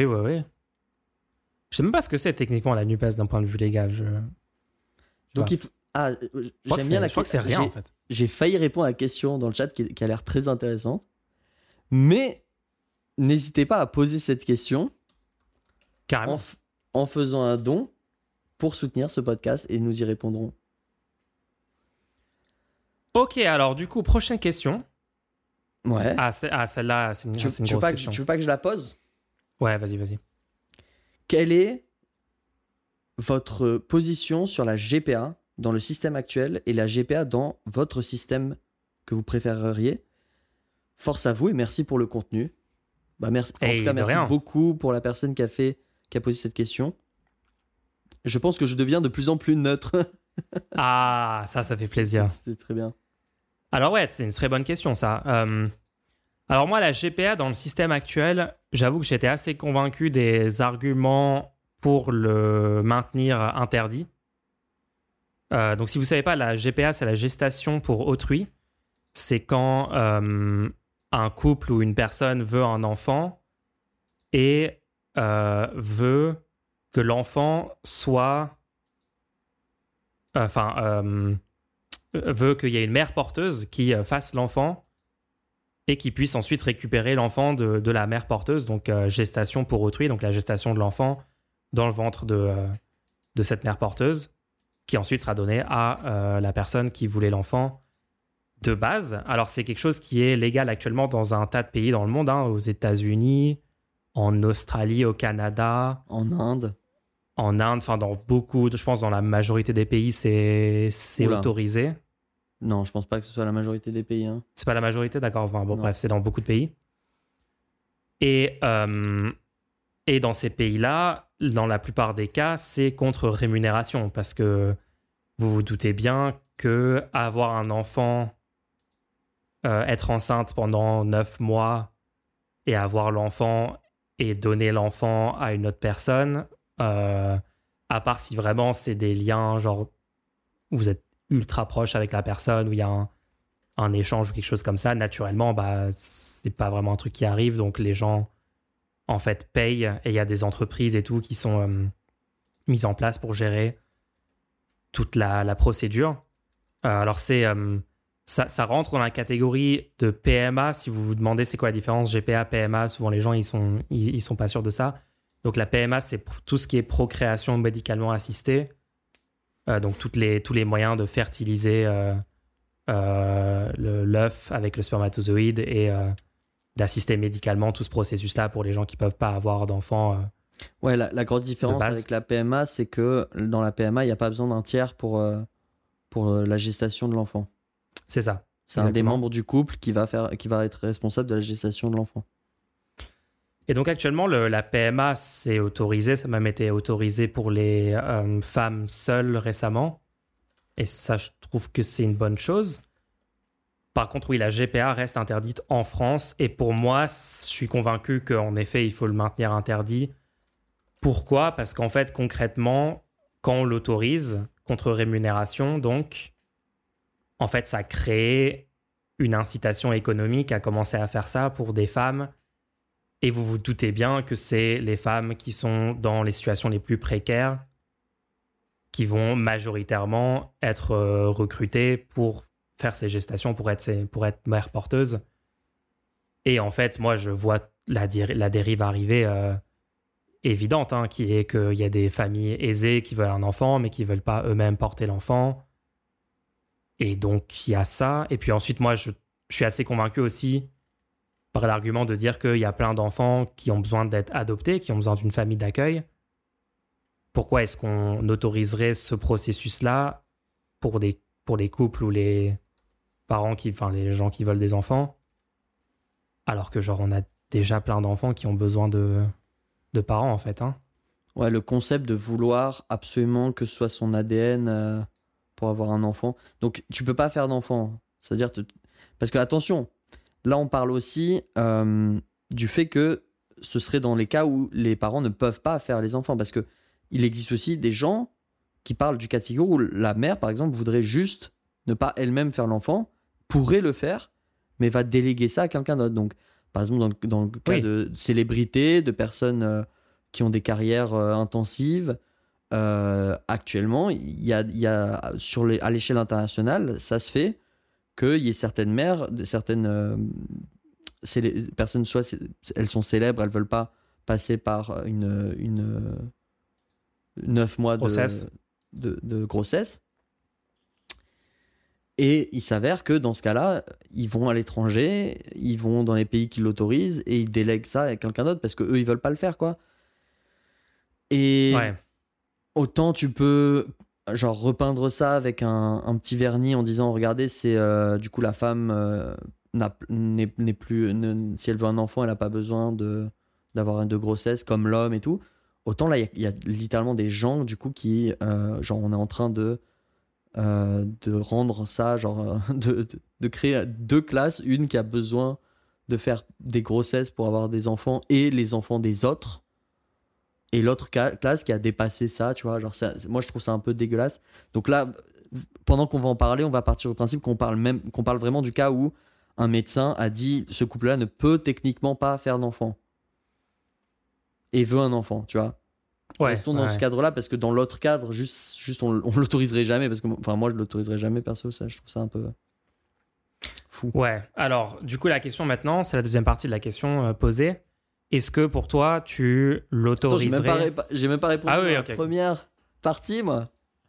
Je sais même pas ce que c'est techniquement la NUPES d'un point de vue légal. Donc il faut... j'aime bien la question. Je crois que c'est rien en fait. J'ai failli répondre à la question dans le chat qui a l'air très intéressante. Mais n'hésitez pas à poser cette question carrément en faisant un don pour soutenir ce podcast et nous y répondrons. Ok, alors du coup, prochaine question. Ouais. Celle-là, c'est une grosse question. Tu veux pas que je la pose ? Ouais, vas-y. Quelle est votre position sur la GPA dans le système actuel et la GPA dans votre système que vous préféreriez ? Force à vous et merci pour le contenu. Merci. En tout cas, merci beaucoup pour la personne qui a posé cette question. Je pense que je deviens de plus en plus neutre. Ah, ça fait plaisir. C'est très bien. Alors ouais, c'est une très bonne question ça. Alors moi, la GPA dans le système actuel, j'avoue que j'étais assez convaincu des arguments pour le maintenir interdit. Donc si vous ne savez pas, la GPA, c'est la gestation pour autrui. C'est quand un couple ou une personne veut un enfant et veut que l'enfant soit... veut qu'il y ait une mère porteuse qui fasse l'enfant et qui puisse ensuite récupérer l'enfant de la mère porteuse, donc gestation pour autrui, donc la gestation de l'enfant dans le ventre de cette mère porteuse, qui ensuite sera donnée à la personne qui voulait l'enfant de base. Alors c'est quelque chose qui est légal actuellement dans un tas de pays dans le monde, aux États-Unis, en Australie, au Canada, En Inde. enfin dans beaucoup, je pense dans la majorité des pays, c'est Oula. autorisé. Non, je pense pas que ce soit la majorité des pays. Hein. C'est pas la majorité, d'accord. Enfin, bon, Non. bref, c'est dans beaucoup de pays. Et dans ces pays-là, dans la plupart des cas, c'est contre rémunération. Parce que vous vous doutez bien que avoir un enfant, être enceinte pendant 9 mois et avoir l'enfant et donner l'enfant à une autre personne, à part si vraiment c'est des liens, genre, où vous êtes ultra proche avec la personne, où il y a un échange ou quelque chose comme ça, naturellement, c'est pas vraiment un truc qui arrive. Donc les gens, en fait, payent et il y a des entreprises et tout qui sont mises en place pour gérer toute la procédure. Alors ça rentre dans la catégorie de PMA. Si vous vous demandez c'est quoi la différence GPA, PMA, souvent les gens ils sont pas sûrs de ça. Donc la PMA, c'est tout ce qui est procréation médicalement assistée. Donc tous les moyens de fertiliser l'œuf avec le spermatozoïde et d'assister médicalement tout ce processus-là pour les gens qui peuvent pas avoir d'enfants. Ouais, la grosse différence base. avec la PMA, c'est que dans la PMA, il n'y a pas besoin d'un tiers pour la gestation de l'enfant. C'est ça. C'est un des Exactement. membres du couple qui va être responsable de la gestation de l'enfant. Et donc actuellement, la PMA, c'est autorisé. Ça m'a même été autorisé pour les femmes seules récemment. Et ça, je trouve que c'est une bonne chose. Par contre, oui, la GPA reste interdite en France. Et pour moi, je suis convaincu qu'en effet, il faut le maintenir interdit. Pourquoi ? Parce qu'en fait, concrètement, quand on l'autorise, contre rémunération, donc, en fait, ça crée une incitation économique à commencer à faire ça pour des femmes. Et vous vous doutez bien que c'est les femmes qui sont dans les situations les plus précaires qui vont majoritairement être recrutées pour faire ces gestations, pour être mère porteuse. Et en fait, moi, je vois la dérive arriver évidente, qui est qu'il y a des familles aisées qui veulent un enfant, mais qui ne veulent pas eux-mêmes porter l'enfant. Et donc, il y a ça. Et puis ensuite, moi, je suis assez convaincu aussi par l'argument de dire qu'il y a plein d'enfants qui ont besoin d'être adoptés, qui ont besoin d'une famille d'accueil. Pourquoi est-ce qu'on autoriserait ce processus-là pour les couples ou les parents les gens qui veulent des enfants, alors que genre on a déjà plein d'enfants qui ont besoin de parents en fait. Ouais, le concept de vouloir absolument que ce soit son ADN pour avoir un enfant. Donc tu peux pas faire d'enfant. C'est-à-dire parce que attention, là on parle aussi du fait que ce serait dans les cas où les parents ne peuvent pas faire les enfants, parce que il existe aussi des gens qui parlent du cas de figure où la mère, par exemple, voudrait juste ne pas elle-même faire l'enfant, pourrait le faire, mais va déléguer ça à quelqu'un d'autre. Donc, par exemple, dans le cas de célébrités, de personnes qui ont des carrières intensives, actuellement, il y a à l'échelle internationale, ça se fait qu'il y ait certaines mères, certaines personnes, soit elles sont célèbres, elles veulent pas passer par une 9 mois de grossesse. Et il s'avère que dans ce cas-là, ils vont à l'étranger, ils vont dans les pays qui l'autorisent et ils délèguent ça à quelqu'un d'autre parce qu'eux, ils veulent pas le faire, quoi. Et autant tu peux genre repeindre ça avec un petit vernis en disant regardez, c'est du coup la femme n'est plus si elle veut un enfant, elle n'a pas besoin d'avoir de grossesse comme l'homme et tout. Autant là, il y a littéralement des gens du coup qui genre on est en train de rendre ça genre de créer deux classes, une qui a besoin de faire des grossesses pour avoir des enfants et les enfants des autres, et l'autre classe qui a dépassé ça, tu vois, genre moi je trouve ça un peu dégueulasse. Donc là, pendant qu'on va en parler, on va partir du principe qu'on parle vraiment du cas où un médecin a dit ce couple-là ne peut techniquement pas faire d'enfant. et veut un enfant, tu vois. Ouais, Restons dans ce cadre-là, parce que dans l'autre cadre, juste on l'autoriserait jamais, parce que moi je l'autoriserais jamais perso, ça, je trouve ça un peu fou. Ouais, alors du coup la question maintenant, c'est la deuxième partie de la question posée. Est-ce que pour toi tu Attends, l'autoriserais? j'ai même pas répondu Ah oui, à la ok. première partie, moi.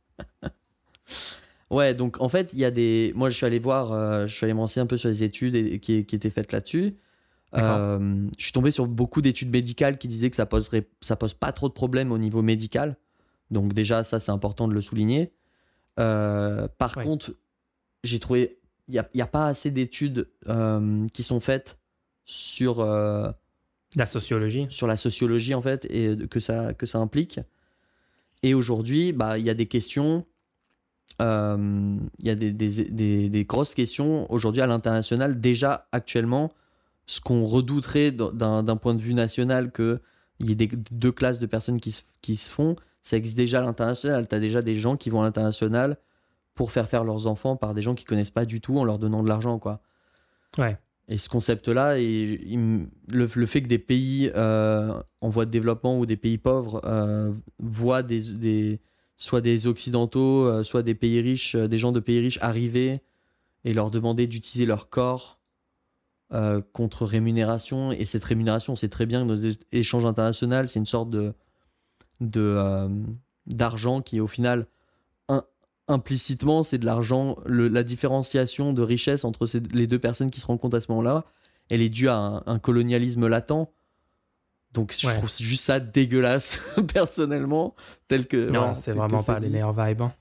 Ouais, donc en fait, il y a des. Moi, je suis allé voir, je suis allé me renseigner un peu sur les études qui étaient faites là-dessus. D'accord. Je suis tombé sur beaucoup d'études médicales qui disaient que ça pose pas trop de problèmes au niveau médical. Donc déjà, ça, c'est important de le souligner. Par Ouais. contre, j'ai trouvé, y a pas assez d'études qui sont faites sur, La sociologie. sur la sociologie, en fait, et que ça implique. Et aujourd'hui, bah, il y a des questions, il y a des grosses questions aujourd'hui à l'international. Déjà, actuellement, ce qu'on redouterait d'un point de vue national, qu'il y ait deux classes de personnes qui se font, ça existe déjà à l'international. Tu as déjà des gens qui vont à l'international pour faire leurs enfants par des gens qui connaissent pas du tout en leur donnant de l'argent, quoi. Ouais. Et ce concept-là, le fait que des pays en voie de développement ou des pays pauvres voient soit des Occidentaux, soit des pays riches, des gens de pays riches arriver et leur demander d'utiliser leur corps contre rémunération. Et cette rémunération, on sait très bien que dans les échanges internationaux, c'est une sorte de, euh, d'argent qui, au final, un- implicitement, c'est de l'argent. La différenciation de richesse entre les deux personnes qui se rencontrent à ce moment-là, elle est due à un colonialisme latent. Donc je Ouais. trouve juste ça dégueulasse, personnellement, Non, voilà, c'est tel que vraiment ça pas les existe. meilleures vibes, hein.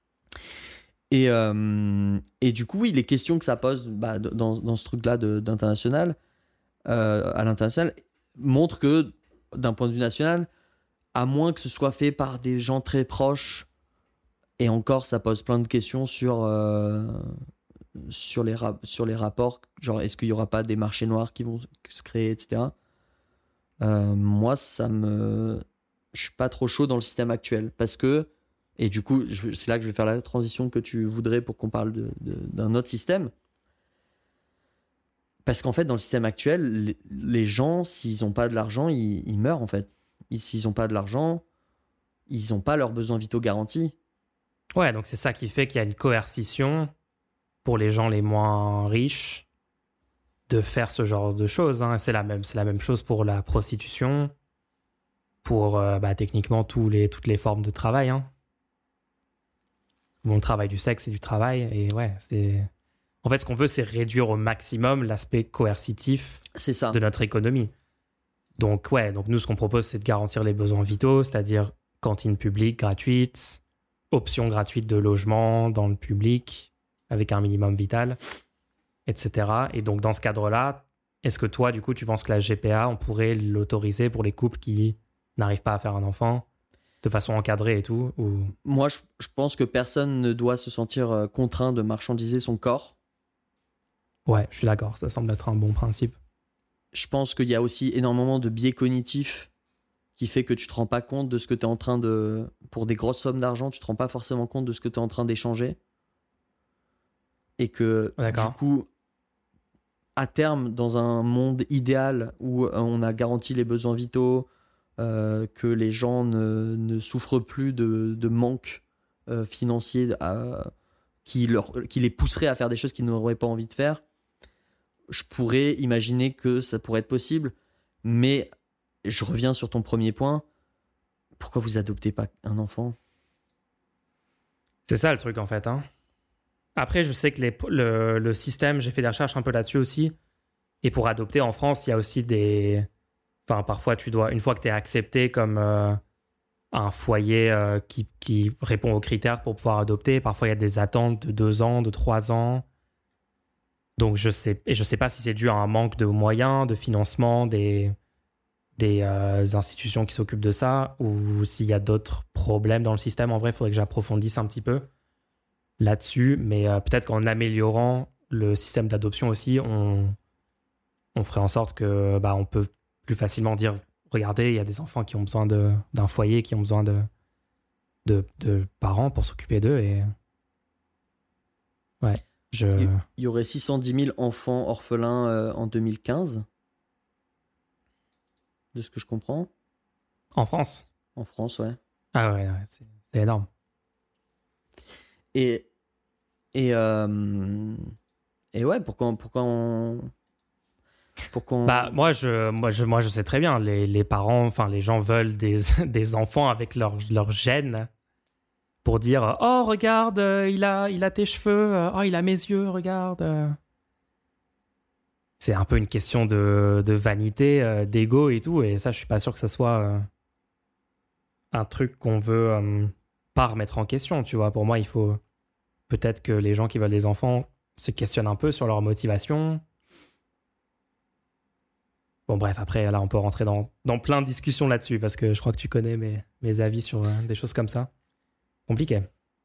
Et du coup, oui, les questions que ça pose bah, dans ce truc-là d'international, à l'international, montrent que, d'un point de vue national, à moins que ce soit fait par des gens très proches, et encore, ça pose plein de questions sur les rapports, genre est-ce qu'il y aura pas des marchés noirs qui vont se créer, etc. Moi, je suis pas trop chaud dans le système actuel, parce que, et du coup, c'est là que je vais faire la transition que tu voudrais pour qu'on parle d'un autre système. Parce qu'en fait, dans le système actuel, les gens, s'ils n'ont pas de l'argent, ils meurent, en fait. S'ils n'ont pas de l'argent, ils n'ont pas leurs besoins vitaux garantis. Ouais, donc c'est ça qui fait qu'il y a une coercition pour les gens les moins riches de faire ce genre de choses, hein. C'est la même chose pour la prostitution, pour bah, techniquement toutes les formes de travail, hein. Bon, le travail du sexe, c'est du travail. Et ouais, c'est. En fait, ce qu'on veut, c'est réduire au maximum l'aspect coercitif C'est ça. de notre économie. Donc, ouais, donc nous, ce qu'on propose, c'est de garantir les besoins vitaux, c'est-à-dire cantine publique gratuite, option gratuite de logement dans le public, avec un minimum vital, etc. Et donc, dans ce cadre-là, est-ce que toi, du coup, tu penses que la GPA, on pourrait l'autoriser pour les couples qui n'arrivent pas à faire un enfant de façon encadrée et tout ou... Moi, je pense que personne ne doit se sentir contraint de marchandiser son corps. Ouais, je suis d'accord, ça semble être un bon principe. Je pense qu'il y a aussi énormément de biais cognitifs qui fait que tu te rends pas compte de ce que tu es en train de... Pour des grosses sommes d'argent, tu te rends pas forcément compte de ce que tu es en train d'échanger. Et que, du D'accord. coup, à terme, dans un monde idéal où on a garanti les besoins vitaux, que les gens ne souffrent plus de manque financier qui les pousserait à faire des choses qu'ils n'auraient pas envie de faire, je pourrais imaginer que ça pourrait être possible. Mais je reviens sur ton premier point. Pourquoi vous adoptez pas un enfant? C'est ça le truc en fait, hein. Après, je sais que le système, j'ai fait des recherches un peu là-dessus aussi. Et pour adopter en France, il y a aussi des. Enfin, parfois, tu dois, une fois que tu es accepté comme un foyer qui répond aux critères pour pouvoir adopter, parfois il y a des attentes de 2 ans, de 3 ans. Donc, je sais pas si c'est dû à un manque de moyens, de financement des institutions qui s'occupent de ça, ou s'il y a d'autres problèmes dans le système. En vrai, il faudrait que j'approfondisse un petit peu là-dessus. Mais peut-être qu'en améliorant le système d'adoption aussi, on ferait en sorte que bah, on peut plus facilement dire regardez, il y a des enfants qui ont besoin d'un foyer, qui ont besoin de parents pour s'occuper d'eux. Et ouais, Il y aurait 610 000 enfants orphelins en 2015, de ce que je comprends. En France? En France, ouais. Ah ouais, c'est énorme. Et, et, euh, et ouais, pourquoi on... Bah, moi, je sais très bien. Les parents, enfin, les gens veulent des enfants avec leur gènes pour dire oh, regarde, il a tes cheveux, oh, il a mes yeux, regarde. C'est un peu une question de vanité, d'ego et tout. Et ça, je suis pas sûr que ça soit un truc qu'on veut pas remettre en question. Tu vois, pour moi, il faut peut-être que les gens qui veulent des enfants se questionnent un peu sur leur motivation. Bon, bref, après, là, on peut rentrer dans plein de discussions là-dessus parce que je crois que tu connais mes avis sur des choses comme ça. Compliqué.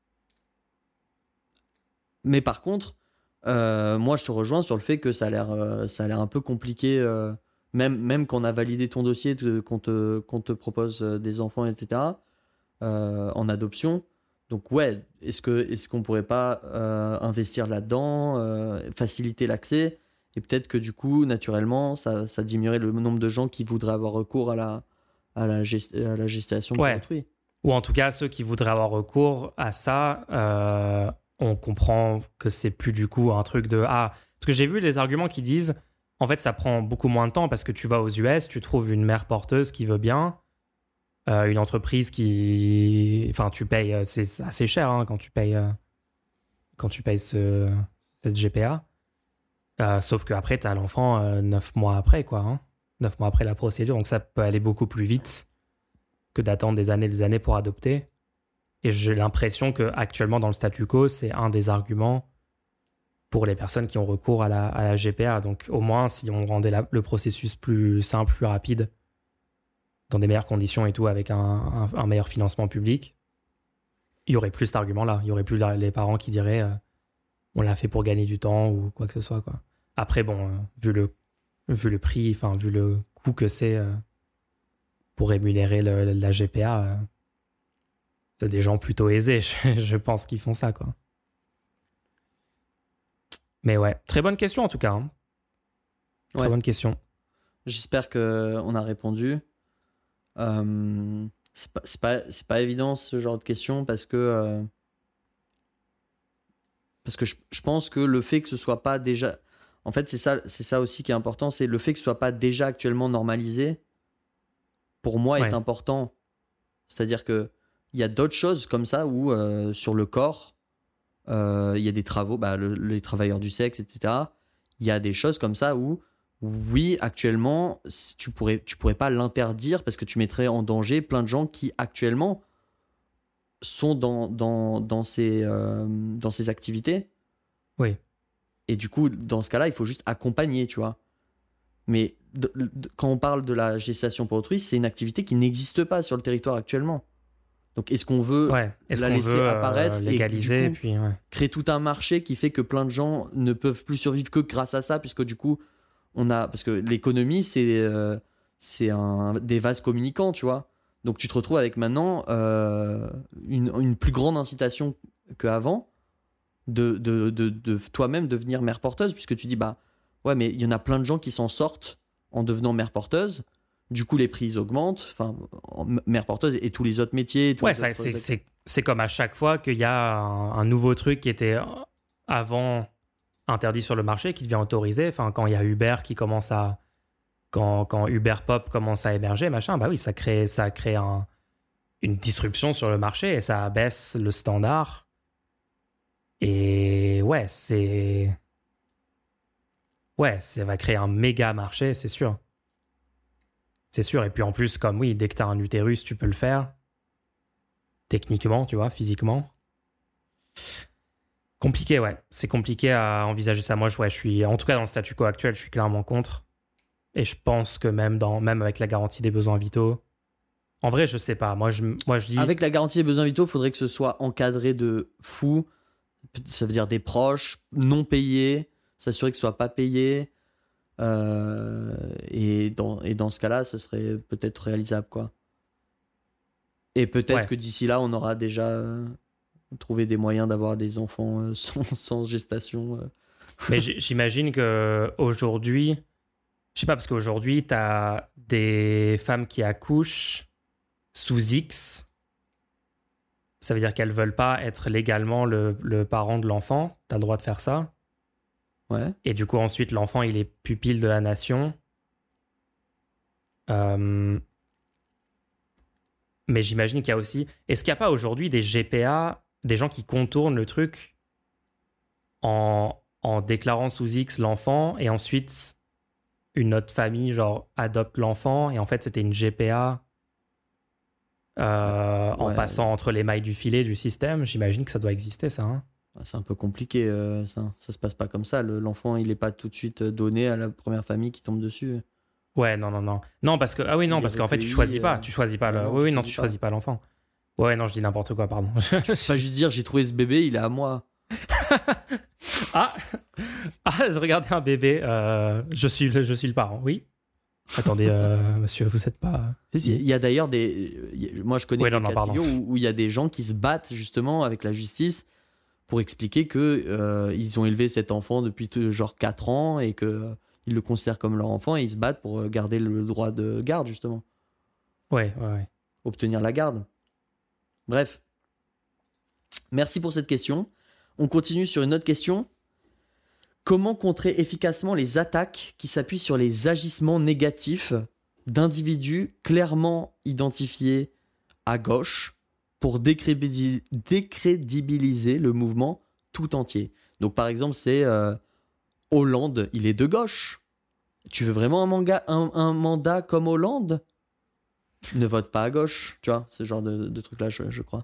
Mais par contre, moi, je te rejoins sur le fait que ça a l'air un peu compliqué, même quand on a validé ton dossier, qu'on te propose des enfants, etc., en adoption. Donc, ouais, est-ce qu'on pourrait pas investir là-dedans, faciliter l'accès, et peut-être que du coup, naturellement, ça diminuerait le nombre de gens qui voudraient avoir recours à la gestation pour Ouais. autrui. Ou en tout cas, ceux qui voudraient avoir recours à ça, on comprend que c'est plus du coup un truc de ah. Parce que j'ai vu des arguments qui disent en fait, ça prend beaucoup moins de temps parce que tu vas aux US, tu trouves une mère porteuse qui veut bien, une entreprise qui. Enfin, tu payes, c'est assez cher hein, quand tu payes cette GPA. Sauf qu'après, tu as l'enfant 9 mois après, quoi. Hein. 9 mois après la procédure, donc ça peut aller beaucoup plus vite que d'attendre des années pour adopter. Et j'ai l'impression que actuellement dans le statu quo, c'est un des arguments pour les personnes qui ont recours à la GPA. Donc au moins, si on rendait le processus plus simple, plus rapide, dans des meilleures conditions et tout, avec un meilleur financement public, il y aurait plus cet argument-là. Il y aurait plus les parents qui diraient on l'a fait pour gagner du temps ou quoi que ce soit. Quoi. Après, bon, vu le prix, enfin, vu le coût que c'est pour rémunérer la GPA, c'est des gens plutôt aisés, je pense, qui font ça, quoi. Mais ouais, très bonne question en tout cas. Hein. Très Ouais, bonne question. j'espère qu'on a répondu. C'est pas évident ce genre de questions parce que je pense que le fait que ce soit pas déjà, en fait c'est ça aussi qui est important, c'est le fait que ce soit pas déjà actuellement normalisé pour moi est Ouais, important. C'est-à-dire que il y a d'autres choses comme ça où sur le corps il y a des travaux, bah, les travailleurs du sexe, etc. Il y a des choses comme ça où oui, actuellement, tu pourrais pas l'interdire parce que tu mettrais en danger plein de gens qui actuellement sont dans ces activités. oui. Et du coup, dans ce cas-là, il faut juste accompagner, tu vois. Mais quand on parle de la gestation pour autrui, c'est une activité qui n'existe pas sur le territoire actuellement. Donc, est-ce qu'on veut Ouais. Est-ce la qu'on laisser veut apparaître et du légaliser et coup puis ouais. créer tout un marché qui fait que plein de gens ne peuvent plus survivre que grâce à ça, puisque du coup, parce que l'économie, c'est des vases communicants, tu vois. Donc, tu te retrouves avec maintenant une plus grande incitation qu'avant de toi-même devenir mère porteuse, puisque tu dis, bah ouais, mais il y en a plein de gens qui s'en sortent en devenant mère porteuse. Du coup, les prix augmentent, enfin, mère porteuse et tous les autres métiers, tous Ouais, les autres. c'est comme à chaque fois qu'il y a un nouveau truc qui était avant interdit sur le marché qui devient autorisé. Enfin, quand il y a Uber qui commence à. Quand Uber Pop commence à émerger, machin, bah oui, ça crée une disruption sur le marché et ça abaisse le standard. Et ouais, Ouais, ça va créer un méga marché, c'est sûr. C'est sûr. Et puis en plus, comme oui, dès que tu as un utérus, tu peux le faire. Techniquement, tu vois, physiquement. Compliqué, ouais. C'est compliqué à envisager ça. Moi, je suis, en tout cas, dans le statu quo actuel, je suis clairement contre. Et je pense que même avec la garantie des besoins vitaux, en vrai, je sais pas. Moi, je dis, Avec la garantie des besoins vitaux, il faudrait que ce soit encadré de fou. Ça veut dire des proches, non payés, s'assurer que ce soit pas payé. Et dans ce cas-là, ce serait peut-être réalisable, quoi. Et peut-être ouais. que d'ici là, on aura déjà trouvé des moyens d'avoir des enfants sans gestation. Mais j'imagine que aujourd'hui, je sais pas, parce qu'aujourd'hui, t'as des femmes qui accouchent sous X, ça veut dire qu'elles veulent pas être légalement le parent de l'enfant. T'as le droit de faire ça. Ouais. Et du coup, ensuite, l'enfant, il est pupille de la nation. Mais j'imagine qu'il y a aussi... Est-ce qu'il n'y a pas aujourd'hui des GPA, des gens qui contournent le truc en déclarant sous X l'enfant et ensuite une autre famille, genre, adopte l'enfant et en fait, c'était une GPA en passant entre les mailles du filet du système? J'imagine que ça doit exister, ça. Hein. C'est un peu compliqué, ça. Ça se passe pas comme ça. L'enfant, il est pas tout de suite donné à la première famille qui tombe dessus. Ouais, non. Non, parce que... Ah oui, non, parce qu'en fait, tu choisis pas. Tu choisis pas le... Oui, non, tu choisis pas l'enfant. Ouais, non, je dis n'importe quoi, pardon. Pas juste dire, j'ai trouvé ce bébé, il est à moi. Je regardais un bébé. Je suis le parent, oui. Attendez, monsieur, vous êtes pas... Si. Il y a d'ailleurs des... Moi, je connais des cas de figure où il y a des gens qui se battent justement avec la justice pour expliquer que ils ont élevé cet enfant depuis genre 4 ans et que ils le considèrent comme leur enfant et ils se battent pour garder le droit de garde, justement. Ouais. Obtenir la garde. Bref. Merci pour cette question. On continue sur une autre question. Comment contrer efficacement les attaques qui s'appuient sur les agissements négatifs d'individus clairement identifiés à gauche pour décrédibiliser le mouvement tout entier? Donc par exemple, c'est Hollande, il est de gauche. Tu veux vraiment un mandat comme Hollande? Ne vote pas à gauche, tu vois, ce genre de truc-là, je crois.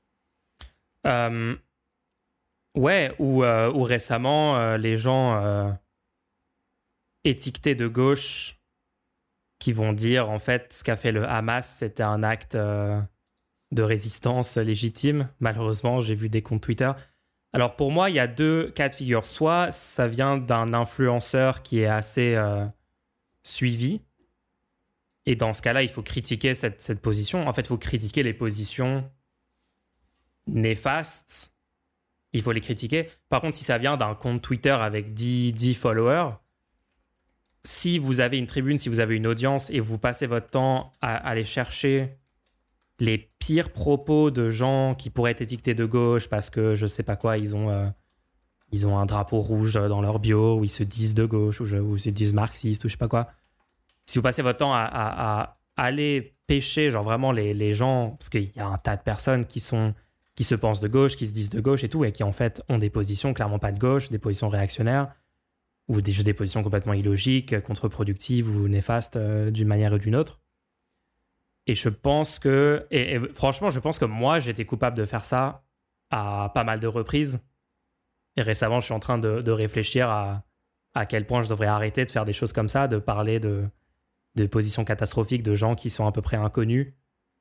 Ouais, ou récemment, les gens étiquetés de gauche qui vont dire, en fait, ce qu'a fait le Hamas, c'était un acte de résistance légitime. Malheureusement, j'ai vu des comptes Twitter. Alors, pour moi, il y a 2 cas de figure. Soit ça vient d'un influenceur qui est assez suivi. Et dans ce cas-là, il faut critiquer cette position. En fait, il faut critiquer les positions néfastes. Il faut les critiquer. Par contre, si ça vient d'un compte Twitter avec 10 followers, si vous avez une tribune, si vous avez une audience et vous passez votre temps à aller chercher les pires propos de gens qui pourraient être étiquetés de gauche parce que je sais pas quoi, ils ont un drapeau rouge dans leur bio, ou ils se disent de gauche, ou ils se disent marxistes, ou je sais pas quoi. Si vous passez votre temps à aller pêcher, genre vraiment les gens, parce qu'il y a un tas de personnes qui se pensent de gauche, qui se disent de gauche et tout, et qui en fait ont des positions clairement pas de gauche, des positions réactionnaires, ou des positions complètement illogiques, contre-productives ou néfastes d'une manière ou d'une autre. Et je pense que... Et franchement, je pense que moi, j'étais coupable de faire ça à pas mal de reprises. Et récemment, je suis en train de réfléchir à quel point je devrais arrêter de faire des choses comme ça, de parler de positions catastrophiques de gens qui sont à peu près inconnus.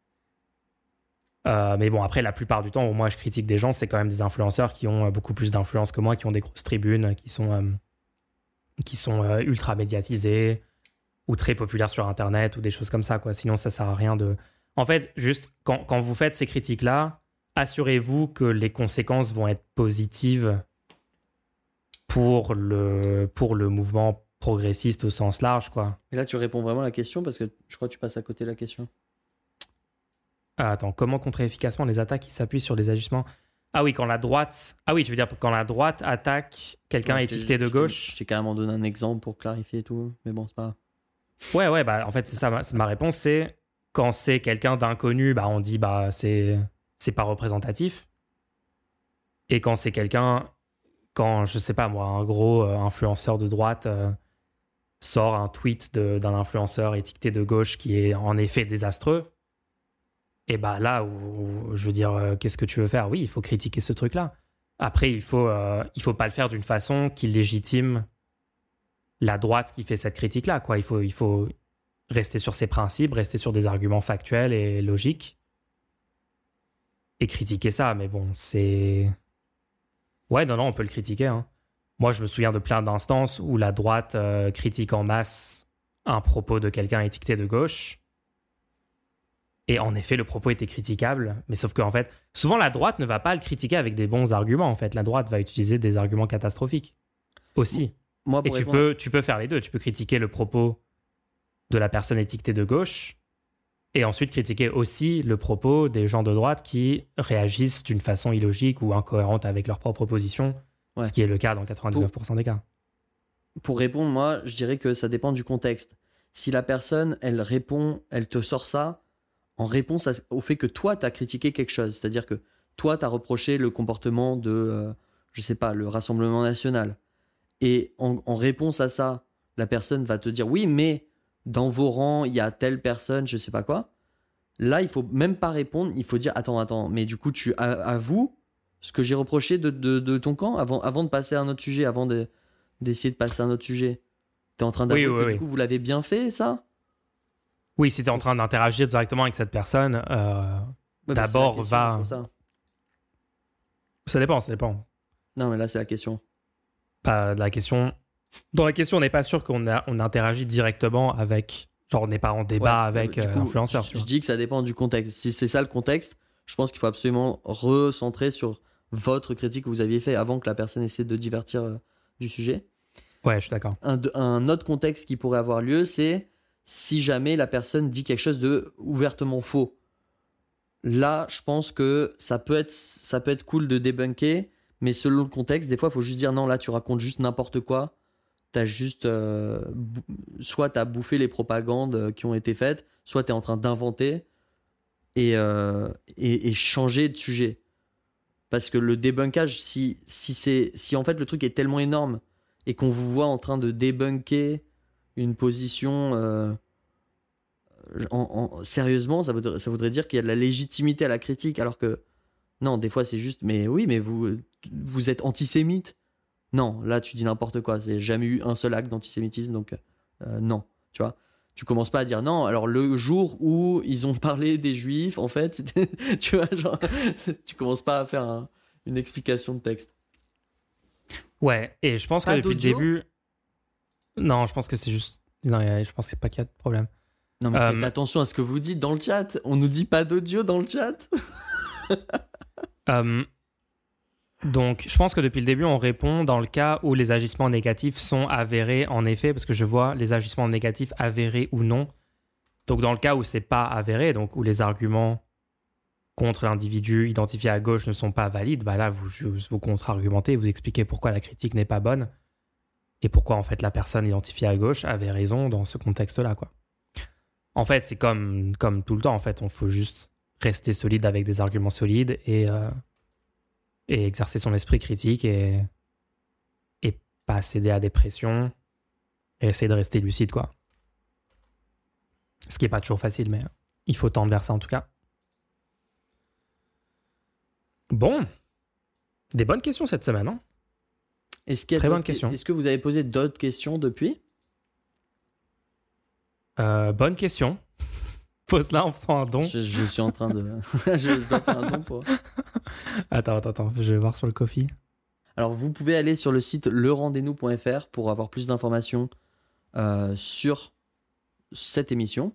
Mais bon, après, la plupart du temps où moi je critique des gens, c'est quand même des influenceurs qui ont beaucoup plus d'influence que moi, qui ont des grosses tribunes, qui sont ultra médiatisés ou très populaires sur Internet ou des choses comme ça, quoi. Sinon, ça sert à rien de... En fait, juste, quand vous faites ces critiques-là, assurez-vous que les conséquences vont être positives pour le mouvement progressiste au sens large, quoi. Et là, tu réponds vraiment à la question parce que je crois que tu passes à côté de la question. Attends, comment contrer efficacement les attaques qui s'appuient sur les agissements? Ah oui, quand la droite... Ah oui, tu veux dire quand la droite attaque quelqu'un étiqueté de gauche? Je t'ai carrément donné un exemple pour clarifier et tout, mais bon, c'est pas... Ouais, bah en fait, c'est ça, ma réponse, c'est quand c'est quelqu'un d'inconnu, bah on dit bah c'est pas représentatif. Et quand c'est quelqu'un, quand, je sais pas moi, un gros influenceur de droite sort un tweet d'un influenceur étiqueté de gauche qui est en effet désastreux, et bah là, où, je veux dire, qu'est-ce que tu veux faire? Oui, il faut critiquer ce truc-là. Après, il faut pas le faire d'une façon qui légitime la droite qui fait cette critique-là, quoi. Il faut rester sur ses principes, rester sur des arguments factuels et logiques et critiquer ça. Mais bon, c'est... Ouais, non, on peut le critiquer, hein. Moi, je me souviens de plein d'instances où la droite critique en masse un propos de quelqu'un étiqueté de gauche. Et en effet, le propos était critiquable, mais sauf qu'en fait, souvent la droite ne va pas le critiquer avec des bons arguments, en fait. La droite va utiliser des arguments catastrophiques aussi. Moi, et tu peux faire les deux. Tu peux critiquer le propos de la personne étiquetée de gauche Et ensuite critiquer aussi le propos des gens de droite qui réagissent d'une façon illogique ou incohérente avec leurs propres positions, ce qui est le cas dans 99% des cas. Pour répondre, moi, je dirais que ça dépend du contexte. Si la personne, elle répond, elle te sort ça en réponse au fait que toi, tu as critiqué quelque chose. C'est-à-dire que toi, tu as reproché le comportement de, je sais pas, le Rassemblement national. Et en réponse à ça, la personne va te dire oui, mais dans vos rangs, il y a telle personne, je sais pas quoi. Là, il faut même pas répondre, il faut dire attends, mais du coup, tu avoues ce que j'ai reproché de ton camp avant de passer à un autre sujet, d'essayer de passer à un autre sujet. T'es en train d'avouer que du coup, vous l'avez bien fait, ça? Oui, si t'es en train d'interagir directement avec cette personne, d'abord va... Ça dépend. Non, mais là, c'est la question. Pas de la question... Dans la question, on n'est pas sûr qu'on interagit directement avec... Genre, on n'est pas en débat avec l'influenceur. Je dis que ça dépend du contexte. Si c'est ça le contexte, je pense qu'il faut absolument recentrer sur votre critique que vous aviez fait avant que la personne essaie de divertir du sujet. Ouais, je suis d'accord. Un autre contexte qui pourrait avoir lieu, c'est si jamais la personne dit quelque chose de ouvertement faux. Là, je pense que ça peut être cool de débunker, mais selon le contexte, des fois, il faut juste dire non, là, tu racontes juste n'importe quoi. T'as juste soit t'as bouffé les propagandes qui ont été faites, soit t'es en train d'inventer et changer de sujet. Parce que le débunkage, si en fait le truc est tellement énorme et qu'on vous voit en train de débunker une position sérieusement, ça voudrait dire qu'il y a de la légitimité à la critique, alors que non, des fois c'est juste mais oui, mais vous êtes antisémite. Non, là tu dis n'importe quoi. C'est jamais eu un seul acte d'antisémitisme, donc non, tu vois. Tu commences pas à dire non. Alors le jour où ils ont parlé des juifs, en fait, c'était, tu vois, genre, tu commences pas à faire une explication de texte. Ouais, et je pense que depuis le début, non, je pense que c'est juste, non, je pense pas qu'il y a de problème. Non mais faites attention à ce que vous dites dans le chat. On nous dit pas d'audio dans le chat. Donc, je pense que depuis le début, on répond dans le cas où les agissements négatifs sont avérés, en effet, parce que je vois les agissements négatifs avérés ou non. Donc, dans le cas où c'est pas avéré, donc où les arguments contre l'individu identifié à gauche ne sont pas valides, bah là, vous contre-argumentez, vous expliquez pourquoi la critique n'est pas bonne et pourquoi, en fait, la personne identifiée à gauche avait raison dans ce contexte-là, quoi. En fait, c'est comme tout le temps, en fait. On faut juste rester solide avec des arguments solides et exercer son esprit critique et pas céder à des pressions et essayer de rester lucide, quoi. Ce qui est pas toujours facile, mais il faut tendre vers ça en tout cas. Bon, des bonnes questions cette semaine, hein. Très bonne question. Est-ce que vous avez posé d'autres questions depuis? Bonne question. Pose-la en faisant un don. Je suis en train de... je dois faire un don pour... Attends, je vais voir sur le Ko-fi. Alors, vous pouvez aller sur le site lerendez-nous.fr pour avoir plus d'informations sur cette émission.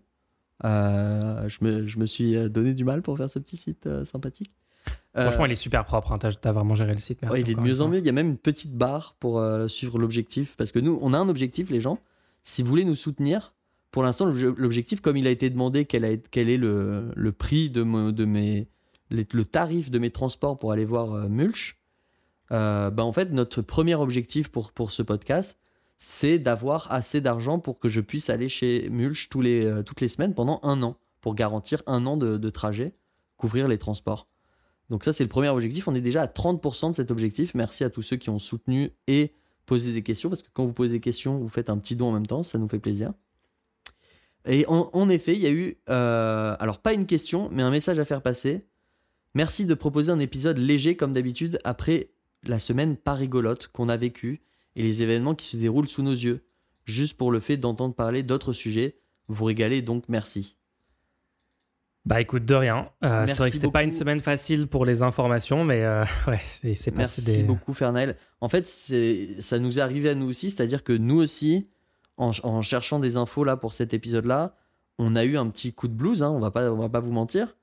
Je me suis donné du mal pour faire ce petit site sympathique. Franchement, il est super propre. Hein. T'as vraiment géré le site. Merci. Ouais, il est de mieux en mieux. Il y a même une petite barre pour suivre l'objectif. Parce que nous, on a un objectif, les gens. Si vous voulez nous soutenir, pour l'instant, l'objectif, comme il a été demandé, quel est le prix le tarif de mes transports pour aller voir Mulch, en fait, notre premier objectif pour ce podcast, c'est d'avoir assez d'argent pour que je puisse aller chez Mulch toutes les semaines pendant 1 an, pour garantir 1 an de trajet, couvrir les transports. Donc ça, c'est le premier objectif. On est déjà à 30% de cet objectif. Merci à tous ceux qui ont soutenu et posé des questions, parce que quand vous posez des questions, vous faites un petit don en même temps, ça nous fait plaisir. Et en effet, il y a eu, alors pas une question, mais un message à faire passer. Merci de proposer un épisode léger comme d'habitude après la semaine pas rigolote qu'on a vécue et les événements qui se déroulent sous nos yeux. Juste pour le fait d'entendre parler d'autres sujets, vous régalez, donc merci. Bah écoute, de rien. C'est vrai que c'était pas une semaine facile pour les informations, mais ouais, c'est passé Merci beaucoup Fernel. En fait, ça nous est arrivé à nous aussi, c'est-à-dire que nous aussi, en cherchant des infos là pour cet épisode-là, on a eu un petit coup de blues, hein, on va pas vous mentir.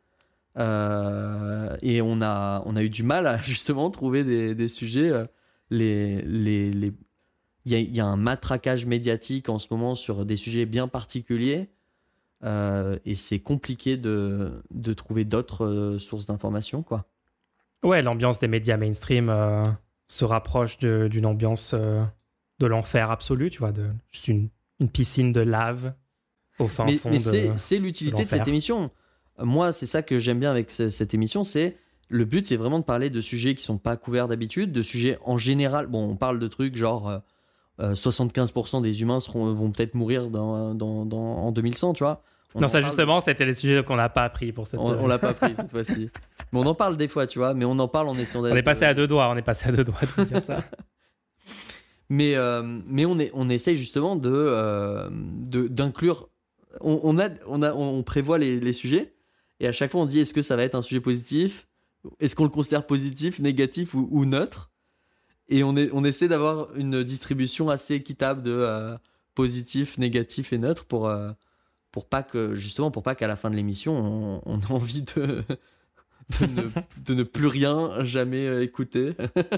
Et on a eu du mal à justement trouver des sujets. Il y a un matraquage médiatique en ce moment sur des sujets bien particuliers. et c'est compliqué de trouver d'autres sources d'informations, quoi. Ouais, l'ambiance des médias mainstream se rapproche d'une ambiance de l'enfer absolu, tu vois, juste une piscine de lave au fin fond mais de c'est l'utilité de cette l'enfer. émission. Moi, c'est ça que j'aime bien avec cette émission, c'est le but, c'est vraiment de parler de sujets qui sont pas couverts d'habitude, de sujets en général. Bon, on parle de trucs genre 75% des humains vont peut-être mourir en 2100, tu vois. Non, ça justement, c'était les sujets qu'on n'a pas appris pour cette On semaine. l'a pas pris cette fois-ci. Mais on en parle des fois, tu vois. Mais on en parle en essayant d'être. On est passé à deux doigts de dire ça. Mais on essaye justement d'inclure. On prévoit les sujets et à chaque fois on dit est-ce que ça va être un sujet positif, est-ce qu'on le considère positif, négatif ou neutre, et on essaie d'avoir une distribution assez équitable de positif, négatif et neutre pour pas qu'à la fin de l'émission on ait envie de ne plus rien jamais écouter.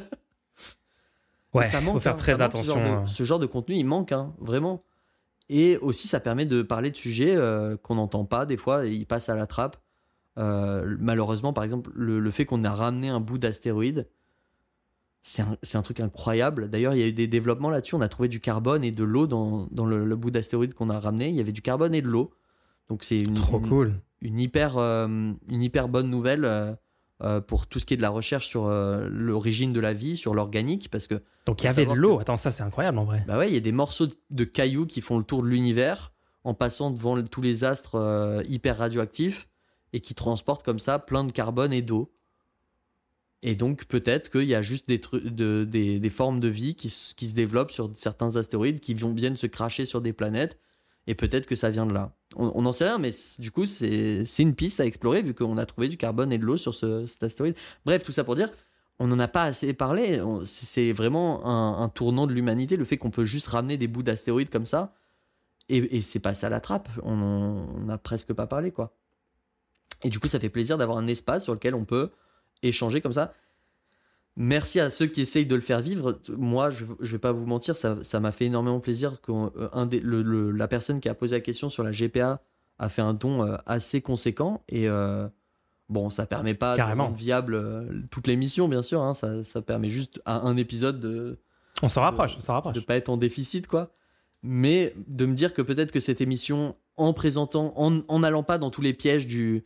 Ouais, Ça il faut manque, faire hein, très ça manque, attention. ce genre de contenu, il manque, hein, vraiment. Et aussi, ça permet de parler de sujets qu'on n'entend pas des fois et ils passent à la trappe. Malheureusement, par exemple, le fait qu'on a ramené un bout d'astéroïde, c'est un truc incroyable. D'ailleurs, il y a eu des développements là-dessus. On a trouvé du carbone et de l'eau dans le bout d'astéroïde qu'on a ramené. Il y avait du carbone et de l'eau. Donc, c'est Trop cool. une hyper bonne nouvelle pour tout ce qui est de la recherche sur l'origine de la vie, sur l'organique. Parce que Donc il y avait de l'eau. Attends, ça c'est incroyable en vrai. bah ouais, il y a des morceaux de cailloux qui font le tour de l'univers en passant devant tous les astres hyper radioactifs et qui transportent comme ça plein de carbone et d'eau. Et donc peut-être qu'il y a juste des formes de vie qui se développent sur certains astéroïdes qui viennent se cracher sur des planètes et peut-être que ça vient de là. On n'en sait rien, mais du coup c'est une piste à explorer vu qu'on a trouvé du carbone et de l'eau sur cet astéroïde. Bref, tout ça pour dire on n'en a pas assez parlé. C'est vraiment un tournant de l'humanité, le fait qu'on peut juste ramener des bouts d'astéroïdes comme ça. Et c'est passé à la trappe. On n'a presque pas parlé, quoi. Et du coup, ça fait plaisir d'avoir un espace sur lequel on peut échanger comme ça. Merci à ceux qui essayent de le faire vivre. Moi, je vais pas vous mentir, ça m'a fait énormément plaisir que la personne qui a posé la question sur la GPA a fait un don assez conséquent. Et bon, ça permet pas de Carrément. rendre viable toute l'émission, bien sûr. Hein, ça permet juste à un épisode On s'en rapproche. de pas être en déficit, quoi. Mais de me dire que peut-être que cette émission, en présentant, en n'allant pas dans tous les pièges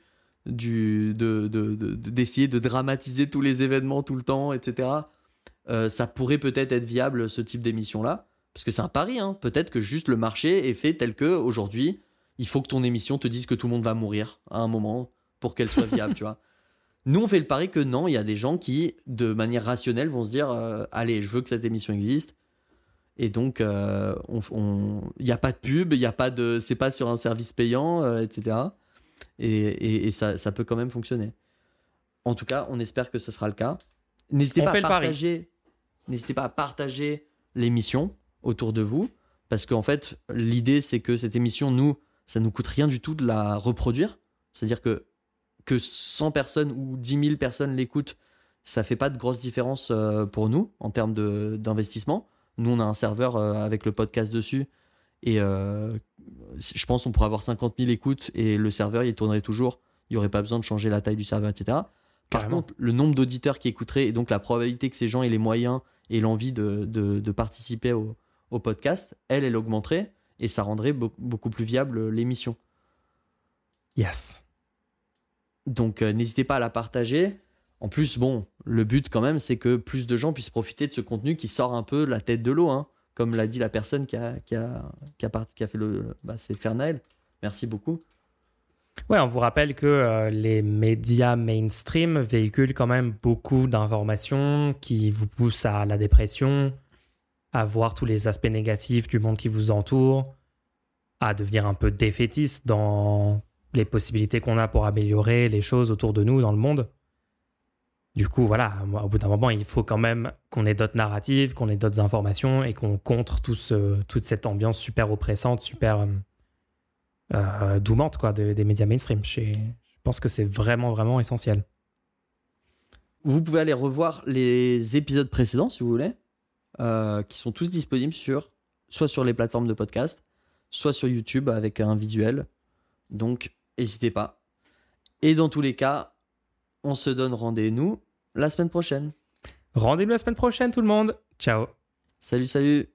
d'essayer de dramatiser tous les événements tout le temps, etc., ça pourrait peut-être être viable, ce type d'émission-là. Parce que c'est un pari, hein. Peut-être que juste le marché est fait tel que, aujourd'hui, il faut que ton émission te dise que tout le monde va mourir à un moment pour qu'elle soit viable, tu vois. Nous, on fait le pari que non, il y a des gens qui, de manière rationnelle, vont se dire allez, je veux que cette émission existe. Et donc, il n'y a pas de pub, c'est pas sur un service payant, etc. Et ça peut quand même fonctionner. En tout cas, on espère que ce sera le cas. N'hésitez pas à partager l'émission autour de vous, parce qu'en fait, l'idée, c'est que cette émission, ça nous coûte rien du tout de la reproduire. C'est-à-dire que 100 personnes ou 10 000 personnes l'écoutent, ça fait pas de grosse différence pour nous en termes d'investissement. Nous, on a un serveur avec le podcast dessus et je pense qu'on pourrait avoir 50 000 écoutes et le serveur, il tournerait toujours. Il n'y aurait pas besoin de changer la taille du serveur, etc. Par contre, le nombre d'auditeurs qui écouteraient et donc la probabilité que ces gens aient les moyens et l'envie de participer au podcast, elle augmenterait et ça rendrait beaucoup plus viable l'émission. Yes. Donc n'hésitez pas à la partager. En plus, bon, le but quand même, c'est que plus de gens puissent profiter de ce contenu qui sort un peu la tête de l'eau, hein, comme l'a dit la personne qui a fait c'est Fernael. Merci beaucoup. Ouais, on vous rappelle que les médias mainstream véhiculent quand même beaucoup d'informations qui vous poussent à la dépression, à voir tous les aspects négatifs du monde qui vous entoure, à devenir un peu défaitiste dans les possibilités qu'on a pour améliorer les choses autour de nous dans le monde. Du coup, voilà, au bout d'un moment, il faut quand même qu'on ait d'autres narratives, qu'on ait d'autres informations et qu'on contre toute cette ambiance super oppressante, super doumante, quoi, des médias mainstream. Je pense que c'est vraiment, vraiment essentiel. Vous pouvez aller revoir les épisodes précédents, si vous voulez, qui sont tous disponibles soit sur les plateformes de podcast, soit sur YouTube avec un visuel. Donc, n'hésitez pas. Et dans tous les cas, on se donne rendez-vous la semaine prochaine. Rendez-vous la semaine prochaine, tout le monde. Ciao. Salut, salut.